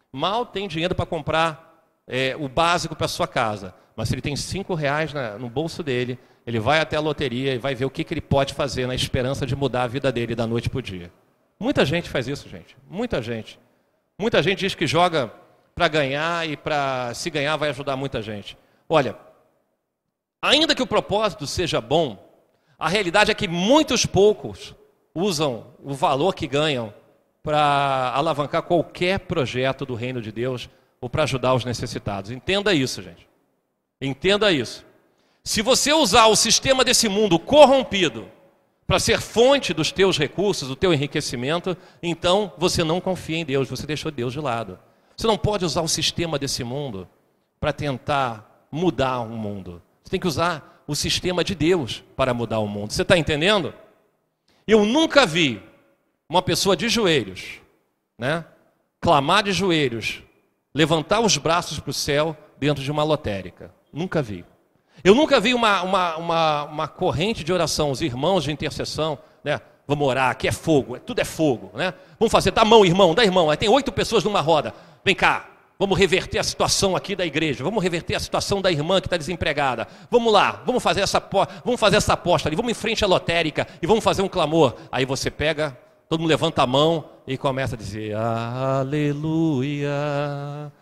Mal tem dinheiro para comprar o básico para sua casa. Mas se ele tem R$5 no bolso dele, ele vai até a loteria e vai ver o que ele pode fazer na esperança de mudar a vida dele da noite para o dia. Muita gente faz isso, gente. Muita gente. Muita gente diz que joga para ganhar e para se ganhar vai ajudar muita gente. Olha, ainda que o propósito seja bom, a realidade é que muitos poucos usam o valor que ganham para alavancar qualquer projeto do reino de Deus ou para ajudar os necessitados. Entenda isso, gente. Entenda isso. Se você usar o sistema desse mundo corrompido para ser fonte dos teus recursos, do teu enriquecimento, então você não confia em Deus, você deixou Deus de lado. Você não pode usar o sistema desse mundo para tentar mudar o mundo. Você tem que usar o sistema de Deus para mudar o mundo. Você está entendendo? Eu nunca vi uma pessoa de joelhos, né, clamar de joelhos, levantar os braços para o céu dentro de uma lotérica. Nunca vi. Eu nunca vi uma corrente de oração, os irmãos de intercessão, né? Vamos orar, aqui é fogo, tudo é fogo, né? Vamos fazer, dá a mão, irmão, dá irmão. Aí tem 8 pessoas numa roda. Vem cá, vamos reverter a situação aqui da igreja, vamos reverter a situação da irmã que está desempregada. Vamos lá, vamos fazer essa aposta ali, vamos em frente à lotérica e vamos fazer um clamor. Aí você pega, todo mundo levanta a mão e começa a dizer: aleluia,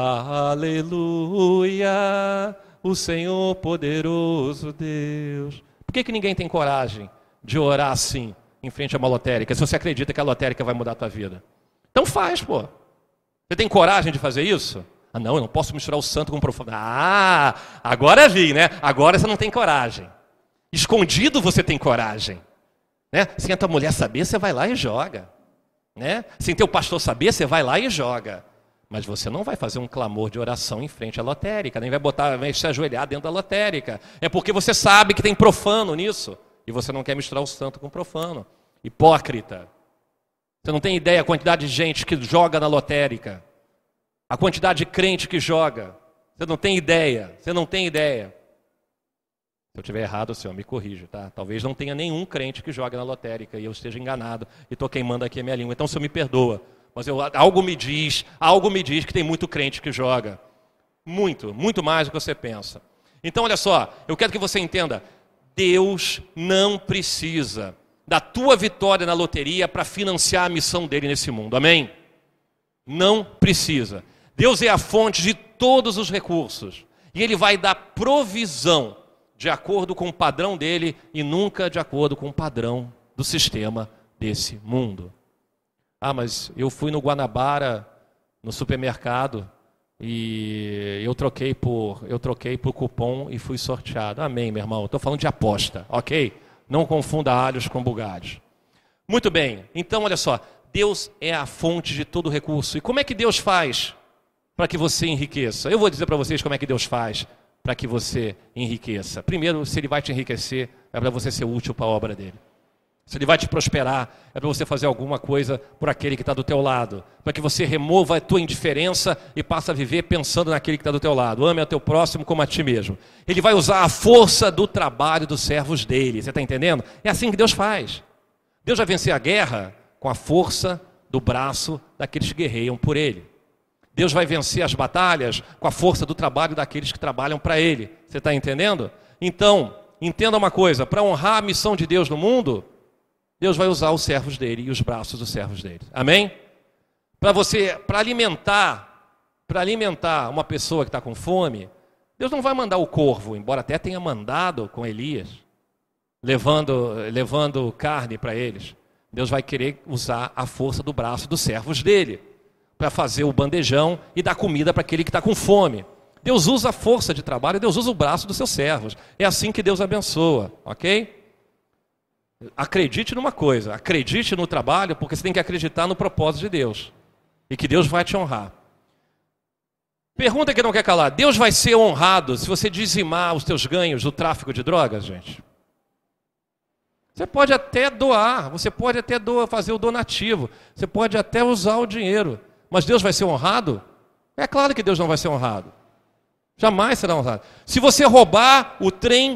aleluia. O Senhor poderoso Deus. Por que ninguém tem coragem de orar assim, em frente a uma lotérica, se você acredita que a lotérica vai mudar a tua vida? Então faz, pô. Você tem coragem de fazer isso? Ah, não, eu não posso misturar o santo com o profano. Ah, agora vi, né? Agora você não tem coragem. Escondido você tem coragem. Né? Sem a tua mulher saber, você vai lá e joga. Né? Sem teu pastor saber, você vai lá e joga. Mas você não vai fazer um clamor de oração em frente à lotérica, nem vai se ajoelhar dentro da lotérica. É porque você sabe que tem profano nisso. E você não quer misturar o santo com o profano. Hipócrita. Você não tem ideia a quantidade de gente que joga na lotérica. A quantidade de crente que joga. Você não tem ideia. Você não tem ideia. Se eu estiver errado, Senhor, me corrija, tá? Talvez não tenha nenhum crente que joga na lotérica e eu esteja enganado e estou queimando aqui a minha língua. Então, o Senhor me perdoa. Mas algo me diz que tem muito crente que joga. Muito mais do que você pensa. Então, olha só, eu quero que você entenda. Deus não precisa da tua vitória na loteria para financiar a missão dele nesse mundo. Amém? Não precisa. Deus é a fonte de todos os recursos. E Ele vai dar provisão de acordo com o padrão dele e nunca de acordo com o padrão do sistema desse mundo. Ah, mas eu fui no Guanabara, no supermercado, e eu troquei por cupom e fui sorteado. Amém, meu irmão. Estou falando de aposta, ok? Não confunda alhos com bugalhos. Muito bem. Então, olha só. Deus é a fonte de todo recurso. E como é que Deus faz para que você enriqueça? Eu vou dizer para vocês como é que Deus faz para que você enriqueça. Primeiro, se Ele vai te enriquecer, é para você ser útil para a obra dele. Se Ele vai te prosperar, é para você fazer alguma coisa por aquele que está do teu lado. Para que você remova a tua indiferença e passe a viver pensando naquele que está do teu lado. Ame ao teu próximo como a ti mesmo. Ele vai usar a força do trabalho dos servos dele. Você está entendendo? É assim que Deus faz. Deus vai vencer a guerra com a força do braço daqueles que guerreiam por Ele. Deus vai vencer as batalhas com a força do trabalho daqueles que trabalham para Ele. Você está entendendo? Então, entenda uma coisa. Para honrar a missão de Deus no mundo, Deus vai usar os servos dele e os braços dos servos dele. Amém? Para alimentar uma pessoa que está com fome, Deus não vai mandar o corvo, embora até tenha mandado com Elias, levando carne para eles. Deus vai querer usar a força do braço dos servos dele para fazer o bandejão e dar comida para aquele que está com fome. Deus usa a força de trabalho, Deus usa o braço dos seus servos. É assim que Deus abençoa, ok? Acredite numa coisa, acredite no trabalho, porque você tem que acreditar no propósito de Deus. E que Deus vai te honrar. Pergunta que não quer calar. Deus vai ser honrado se você dizimar os teus ganhos do tráfico de drogas, gente? Você pode até doar, você pode até fazer o donativo, você pode até usar o dinheiro. Mas Deus vai ser honrado? É claro que Deus não vai ser honrado. Jamais será honrado. Se você roubar o trem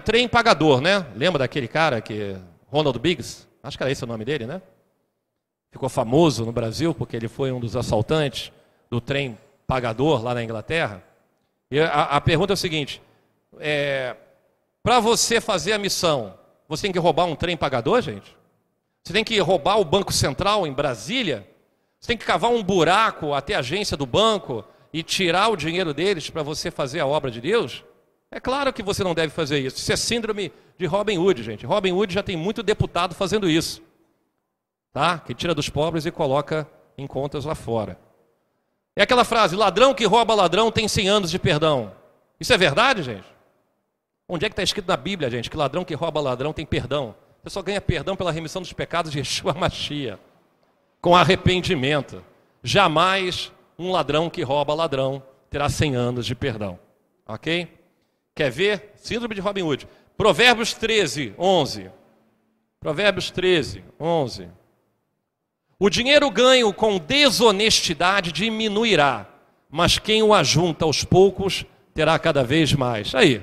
pagador, né? Lembra daquele cara que Ronald Biggs? Acho que era esse o nome dele, né? ficou famoso no Brasil, porque ele foi um dos assaltantes do trem pagador lá na Inglaterra. E a pergunta é o seguinte, para você fazer a missão, você tem que roubar um trem pagador, gente? Você tem que roubar o Banco Central em Brasília? Você tem que cavar um buraco até a agência do banco e tirar o dinheiro deles para você fazer a obra de Deus? É claro que você não deve fazer isso. Isso é síndrome de Robin Hood, gente. Robin Hood já tem muito deputado fazendo isso. Tá? Que tira dos pobres e coloca em contas lá fora. É aquela frase, ladrão que rouba ladrão tem 100 anos de perdão. Isso é verdade, gente? Onde é que está escrito na Bíblia, gente, que ladrão que rouba ladrão tem perdão? Você só ganha perdão pela remissão dos pecados de Yeshua Mashiach, com arrependimento. Jamais um ladrão que rouba ladrão terá 100 anos de perdão. Ok? Quer ver? Síndrome de Robin Hood. Provérbios 13, 11. Provérbios 13, 11. O dinheiro ganho com desonestidade diminuirá, mas quem o ajunta aos poucos terá cada vez mais. Aí.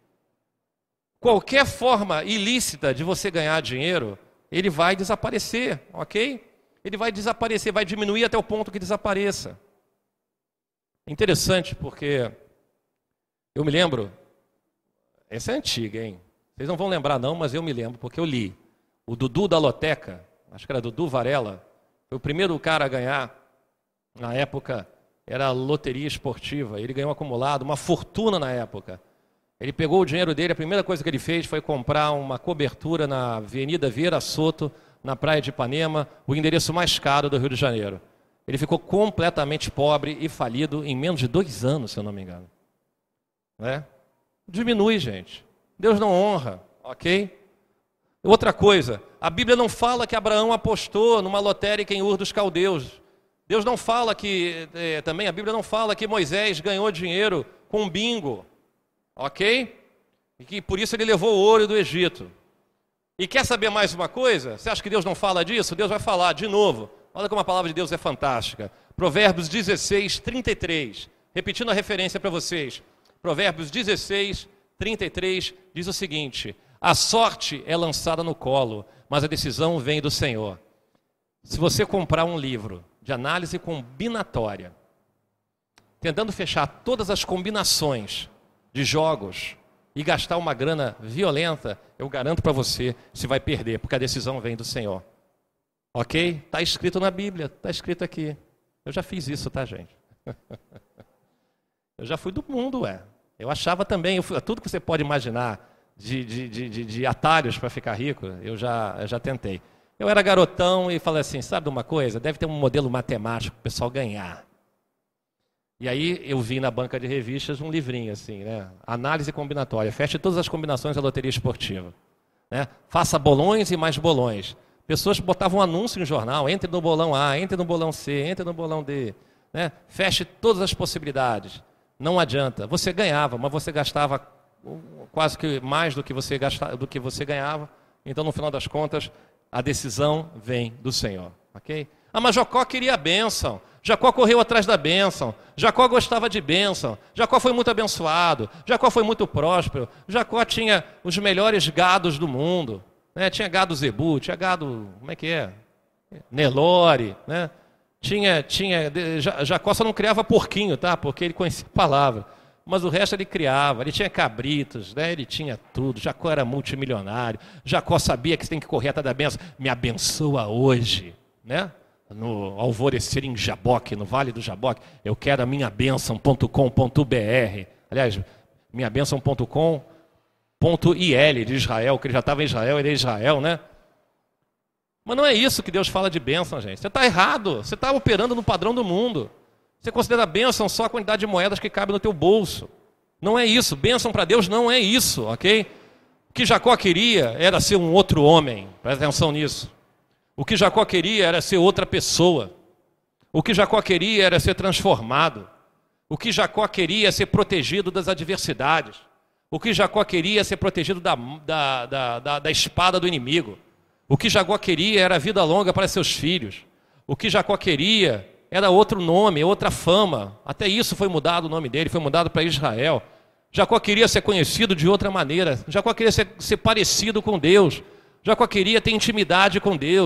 Qualquer forma ilícita de você ganhar dinheiro, ele vai desaparecer, ok? Ele vai desaparecer, vai diminuir até o ponto que desapareça. Interessante porque eu me lembro, essa é antiga, hein? Vocês não vão lembrar não, mas eu me lembro, porque eu li. O Dudu da Loteca, acho que era Dudu Varela, foi o primeiro cara a ganhar, na época, era loteria esportiva. Ele ganhou acumulado, uma fortuna na época. Ele pegou o dinheiro dele, a primeira coisa que ele fez foi comprar uma cobertura na Avenida Vieira Soto, na praia de Ipanema, o endereço mais caro do Rio de Janeiro. Ele ficou completamente pobre e falido em menos de 2 anos, se eu não me engano. Né? Diminui, gente. Deus não honra, ok? Outra coisa, a Bíblia não fala que Abraão apostou numa lotérica em Ur dos Caldeus. Deus não fala que, também a Bíblia não fala que Moisés ganhou dinheiro com bingo. Ok? E que por isso ele levou o ouro do Egito. E quer saber mais uma coisa? Você acha que Deus não fala disso? Deus vai falar de novo. Olha como a palavra de Deus é fantástica. Provérbios 16, 33. Repetindo a referência para vocês. Provérbios 16, 33 diz o seguinte: a sorte é lançada no colo, mas a decisão vem do Senhor. Se você comprar um livro de análise combinatória, tentando fechar todas as combinações de jogos e gastar uma grana violenta, eu garanto para você, você vai perder, porque a decisão vem do Senhor. Ok? Está escrito na Bíblia, está escrito aqui. Eu já fiz isso, tá, gente? Eu já fui do mundo, Eu achava também, tudo que você pode imaginar de atalhos para ficar rico, eu já tentei. Eu era garotão e falei assim, sabe uma coisa? Deve ter um modelo matemático para o pessoal ganhar. E aí eu vi na banca de revistas um livrinho assim, né? Análise combinatória. Feche todas as combinações da loteria esportiva. Né? Faça bolões e mais bolões. Pessoas botavam um anúncio no jornal, entre no bolão A, entre no bolão C, entre no bolão D. Né? Feche todas as possibilidades. Não adianta. Você ganhava, mas você gastava quase que mais do que você ganhava. Então, no final das contas, a decisão vem do Senhor. Ok? Ah, mas Jacó queria a bênção. Jacó correu atrás da bênção. Jacó gostava de bênção. Jacó foi muito abençoado. Jacó foi muito próspero. Jacó tinha os melhores gados do mundo. Né? Tinha gado Zebu, tinha gado, como é que é? Nelore, né? Jacó só não criava porquinho, tá? Porque ele conhecia a palavra. Mas o resto ele criava, ele tinha cabritos, né? Ele tinha tudo. Jacó era multimilionário. Jacó sabia que você tem que correr atrás da bênção. Me abençoa hoje, né? No alvorecer em Jaboque, no Vale do Jaboque, eu quero a minhabênção.com.br. Aliás, minhabênção.com.il de Israel, que ele já estava em Israel, ele é Israel, né? Mas não é isso que Deus fala de bênção, gente. Você está errado, você está operando no padrão do mundo. Você considera bênção só a quantidade de moedas que cabe no teu bolso. Não é isso, bênção para Deus não é isso, ok? O que Jacó queria era ser um outro homem, presta atenção nisso. O que Jacó queria era ser outra pessoa. O que Jacó queria era ser transformado. O que Jacó queria ser protegido das adversidades. O que Jacó queria ser protegido da espada do inimigo. O que Jacó queria era vida longa para seus filhos. O que Jacó queria era outro nome, outra fama. Até isso foi mudado o nome dele, foi mudado para Israel. Jacó queria ser conhecido de outra maneira. Jacó queria ser parecido com Deus. Jacó queria ter intimidade com Deus.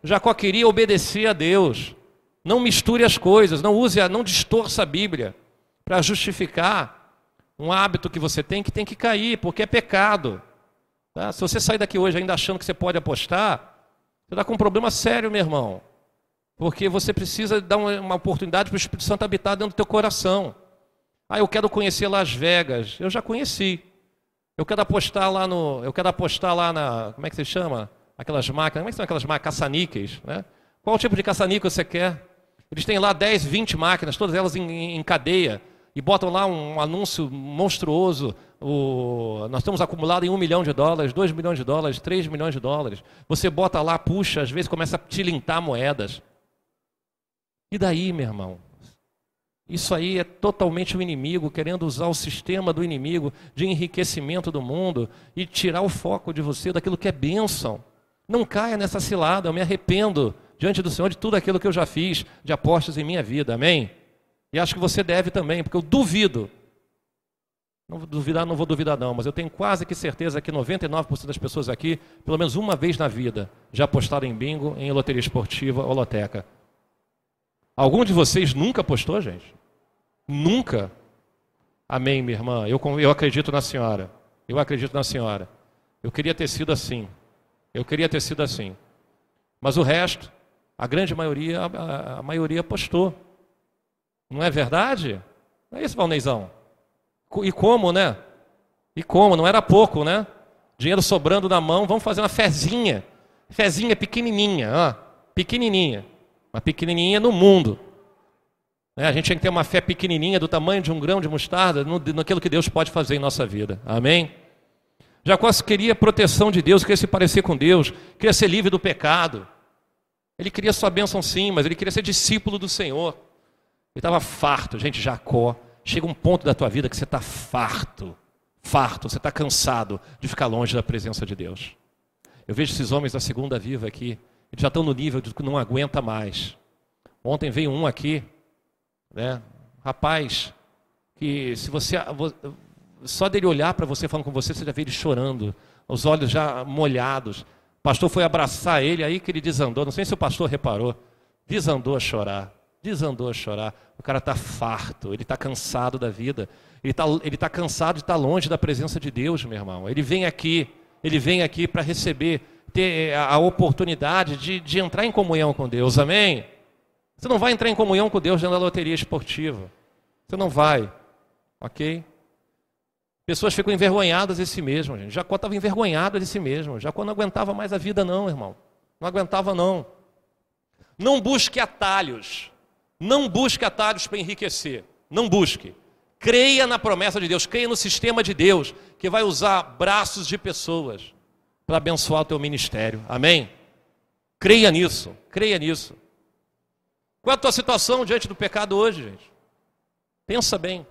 Jacó queria obedecer a Deus. Não misture as coisas, não distorça a Bíblia para justificar um hábito que você tem que cair, porque é pecado. Tá? Se você sair daqui hoje ainda achando que você pode apostar, você está com um problema sério, meu irmão. Porque você precisa dar uma oportunidade para o Espírito Santo habitar dentro do teu coração. Ah, eu quero conhecer Las Vegas. Eu já conheci. Eu quero apostar lá na, como é que se chama? Aquelas máquinas, como é que são aquelas máquinas? Caça-níqueis, né? Qual tipo de caça-níquel você quer? Eles têm lá 10, 20 máquinas, todas elas em cadeia, e botam lá um anúncio monstruoso. Nós estamos acumulados em $1 milhão, $2 milhões, 3 milhões de dólares. Você bota lá, puxa, às vezes começa a tilintar moedas. E daí, meu irmão? Isso aí é totalmente o inimigo, querendo usar o sistema do inimigo de enriquecimento do mundo e tirar o foco de você daquilo que é bênção. Não caia nessa cilada, eu me arrependo diante do Senhor de tudo aquilo que eu já fiz de apostas em minha vida, amém? E acho que você deve também, porque eu duvido. Não vou duvidar não, mas eu tenho quase que certeza que 99% das pessoas aqui, pelo menos uma vez na vida, já apostaram em bingo, em loteria esportiva ou loteca. Algum de vocês nunca apostou, gente? Nunca? Amém, minha irmã. Eu acredito na senhora. Eu acredito na senhora. Eu queria ter sido assim. Mas o resto, a grande maioria, a maioria apostou. Não é verdade? Não é isso, Valneizão? E como, né? E como? Não era pouco, né? Dinheiro sobrando na mão, vamos fazer uma fezinha. Fezinha pequenininha, ó. Pequenininha. Uma pequenininha no mundo. A gente tem que ter uma fé pequenininha do tamanho de um grão de mostarda naquilo que Deus pode fazer em nossa vida. Amém? Jacó queria proteção de Deus, queria se parecer com Deus, queria ser livre do pecado. Ele queria sua bênção sim, mas ele queria ser discípulo do Senhor. Ele estava farto. Gente, Jacó, chega um ponto da tua vida que você está farto, você está cansado de ficar longe da presença de Deus. Eu vejo esses homens da Segunda Viva aqui, eles já estão no nível de que não aguenta mais. Ontem veio um aqui, né? Rapaz, que se você... Só dele olhar para você, falando com você, você já vê ele chorando, os olhos já molhados. O pastor foi abraçar ele, aí que ele desandou, não sei se o pastor reparou, desandou a chorar. O cara está farto, ele está cansado da vida, ele tá cansado de estar longe da presença de Deus, meu irmão. Ele vem aqui para receber, ter a oportunidade de entrar em comunhão com Deus, amém? Você não vai entrar em comunhão com Deus dentro da loteria esportiva, você não vai, ok? Pessoas ficam envergonhadas de si mesmas, gente. Jacó estava envergonhado de si mesmo. Jacó não aguentava mais a vida não, irmão. Não aguentava não. Não busque atalhos. Não busque atalhos para enriquecer. Não busque. Creia na promessa de Deus. Creia no sistema de Deus, que vai usar braços de pessoas para abençoar o teu ministério. Amém? Creia nisso. Creia nisso. Qual é a tua situação diante do pecado hoje, gente? Pensa bem.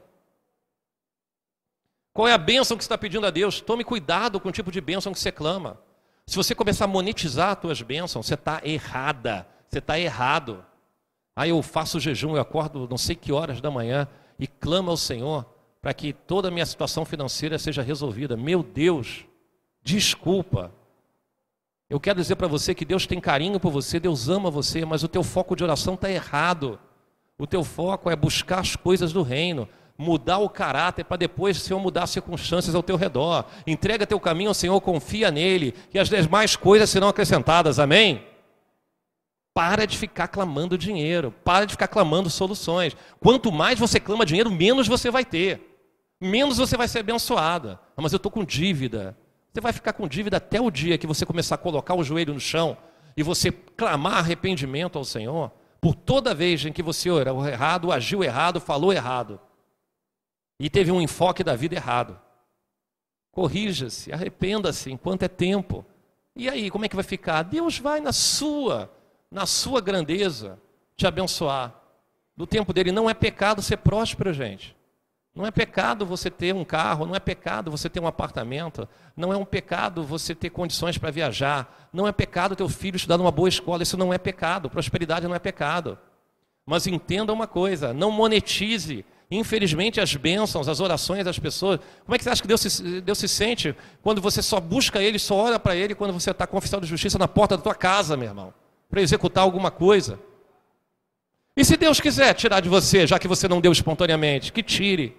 Qual é a bênção que você está pedindo a Deus? Tome cuidado com o tipo de bênção que você clama. Se você começar a monetizar as tuas bênçãos, você está errada. Você está errado. Aí eu faço jejum, eu acordo não sei que horas da manhã e clamo ao Senhor para que toda a minha situação financeira seja resolvida. Meu Deus, desculpa. Eu quero dizer para você que Deus tem carinho por você, Deus ama você, mas o teu foco de oração está errado. O teu foco é buscar as coisas do reino. Mudar o caráter para depois o Senhor mudar as circunstâncias ao teu redor. Entrega teu caminho ao Senhor, confia nele, e as demais coisas serão acrescentadas, amém? Para de ficar clamando dinheiro, para de ficar clamando soluções. Quanto mais você clama dinheiro, menos você vai ter. Menos você vai ser abençoada. Ah, mas eu estou com dívida. Você vai ficar com dívida até o dia que você começar a colocar o joelho no chão e você clamar arrependimento ao Senhor por toda vez em que você orou errado, agiu errado, falou errado. E teve um enfoque da vida errado. Corrija-se, arrependa-se enquanto é tempo. E aí, como é que vai ficar? Deus vai na sua grandeza te abençoar. No tempo dele não é pecado ser próspero, gente. Não é pecado você ter um carro, não é pecado você ter um apartamento, não é um pecado você ter condições para viajar, não é pecado teu filho estudar numa boa escola, isso não é pecado, prosperidade não é pecado. Mas entenda uma coisa, não monetize. Infelizmente, as bênçãos, as orações das pessoas. Como é que você acha que Deus se sente quando você só busca Ele, só ora para Ele, quando você está com o oficial de justiça na porta da tua casa, meu irmão? para executar alguma coisa. E se Deus quiser tirar de você, já que você não deu espontaneamente, que tire.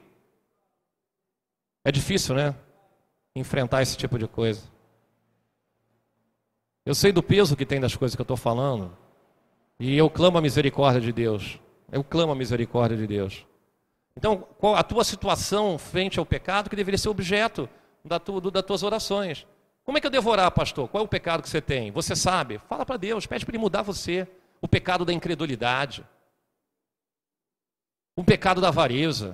É difícil, né? Enfrentar esse tipo de coisa. Eu sei do peso que tem das coisas que eu estou falando. E eu clamo a misericórdia de Deus. Eu clamo a misericórdia de Deus. Então, qual a tua situação frente ao pecado que deveria ser objeto das tuas orações? Como é que eu devo orar, pastor? Qual é o pecado que você tem? Você sabe? Fala para Deus, pede para Ele mudar você. O pecado da incredulidade. O pecado da avareza.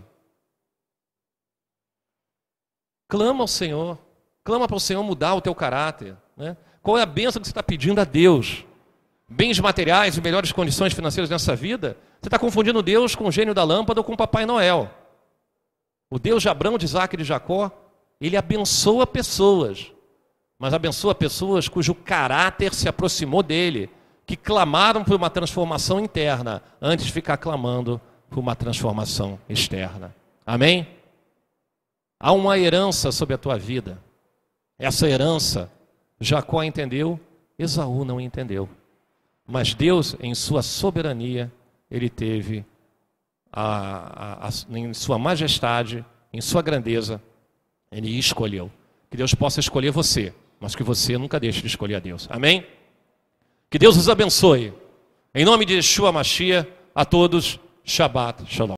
Clama ao Senhor. Clama para o Senhor mudar o teu caráter. Né? Qual é a bênção que você está pedindo a Deus? Bens materiais e melhores condições financeiras nessa vida? Você está confundindo Deus com o gênio da lâmpada ou com o Papai Noel. O Deus de Abraão, de Isaac e de Jacó, Ele abençoa pessoas. Mas abençoa pessoas cujo caráter se aproximou dele. Que clamaram por uma transformação interna antes de ficar clamando por uma transformação externa. Amém? Há uma herança sobre a tua vida. Essa herança, Jacó entendeu, Esaú não entendeu. Mas Deus, em sua soberania, Ele teve, em sua majestade, em sua grandeza, Ele escolheu. Que Deus possa escolher você, mas que você nunca deixe de escolher a Deus. Amém? Que Deus os abençoe. Em nome de Yeshua Mashiach, a todos, Shabbat Shalom.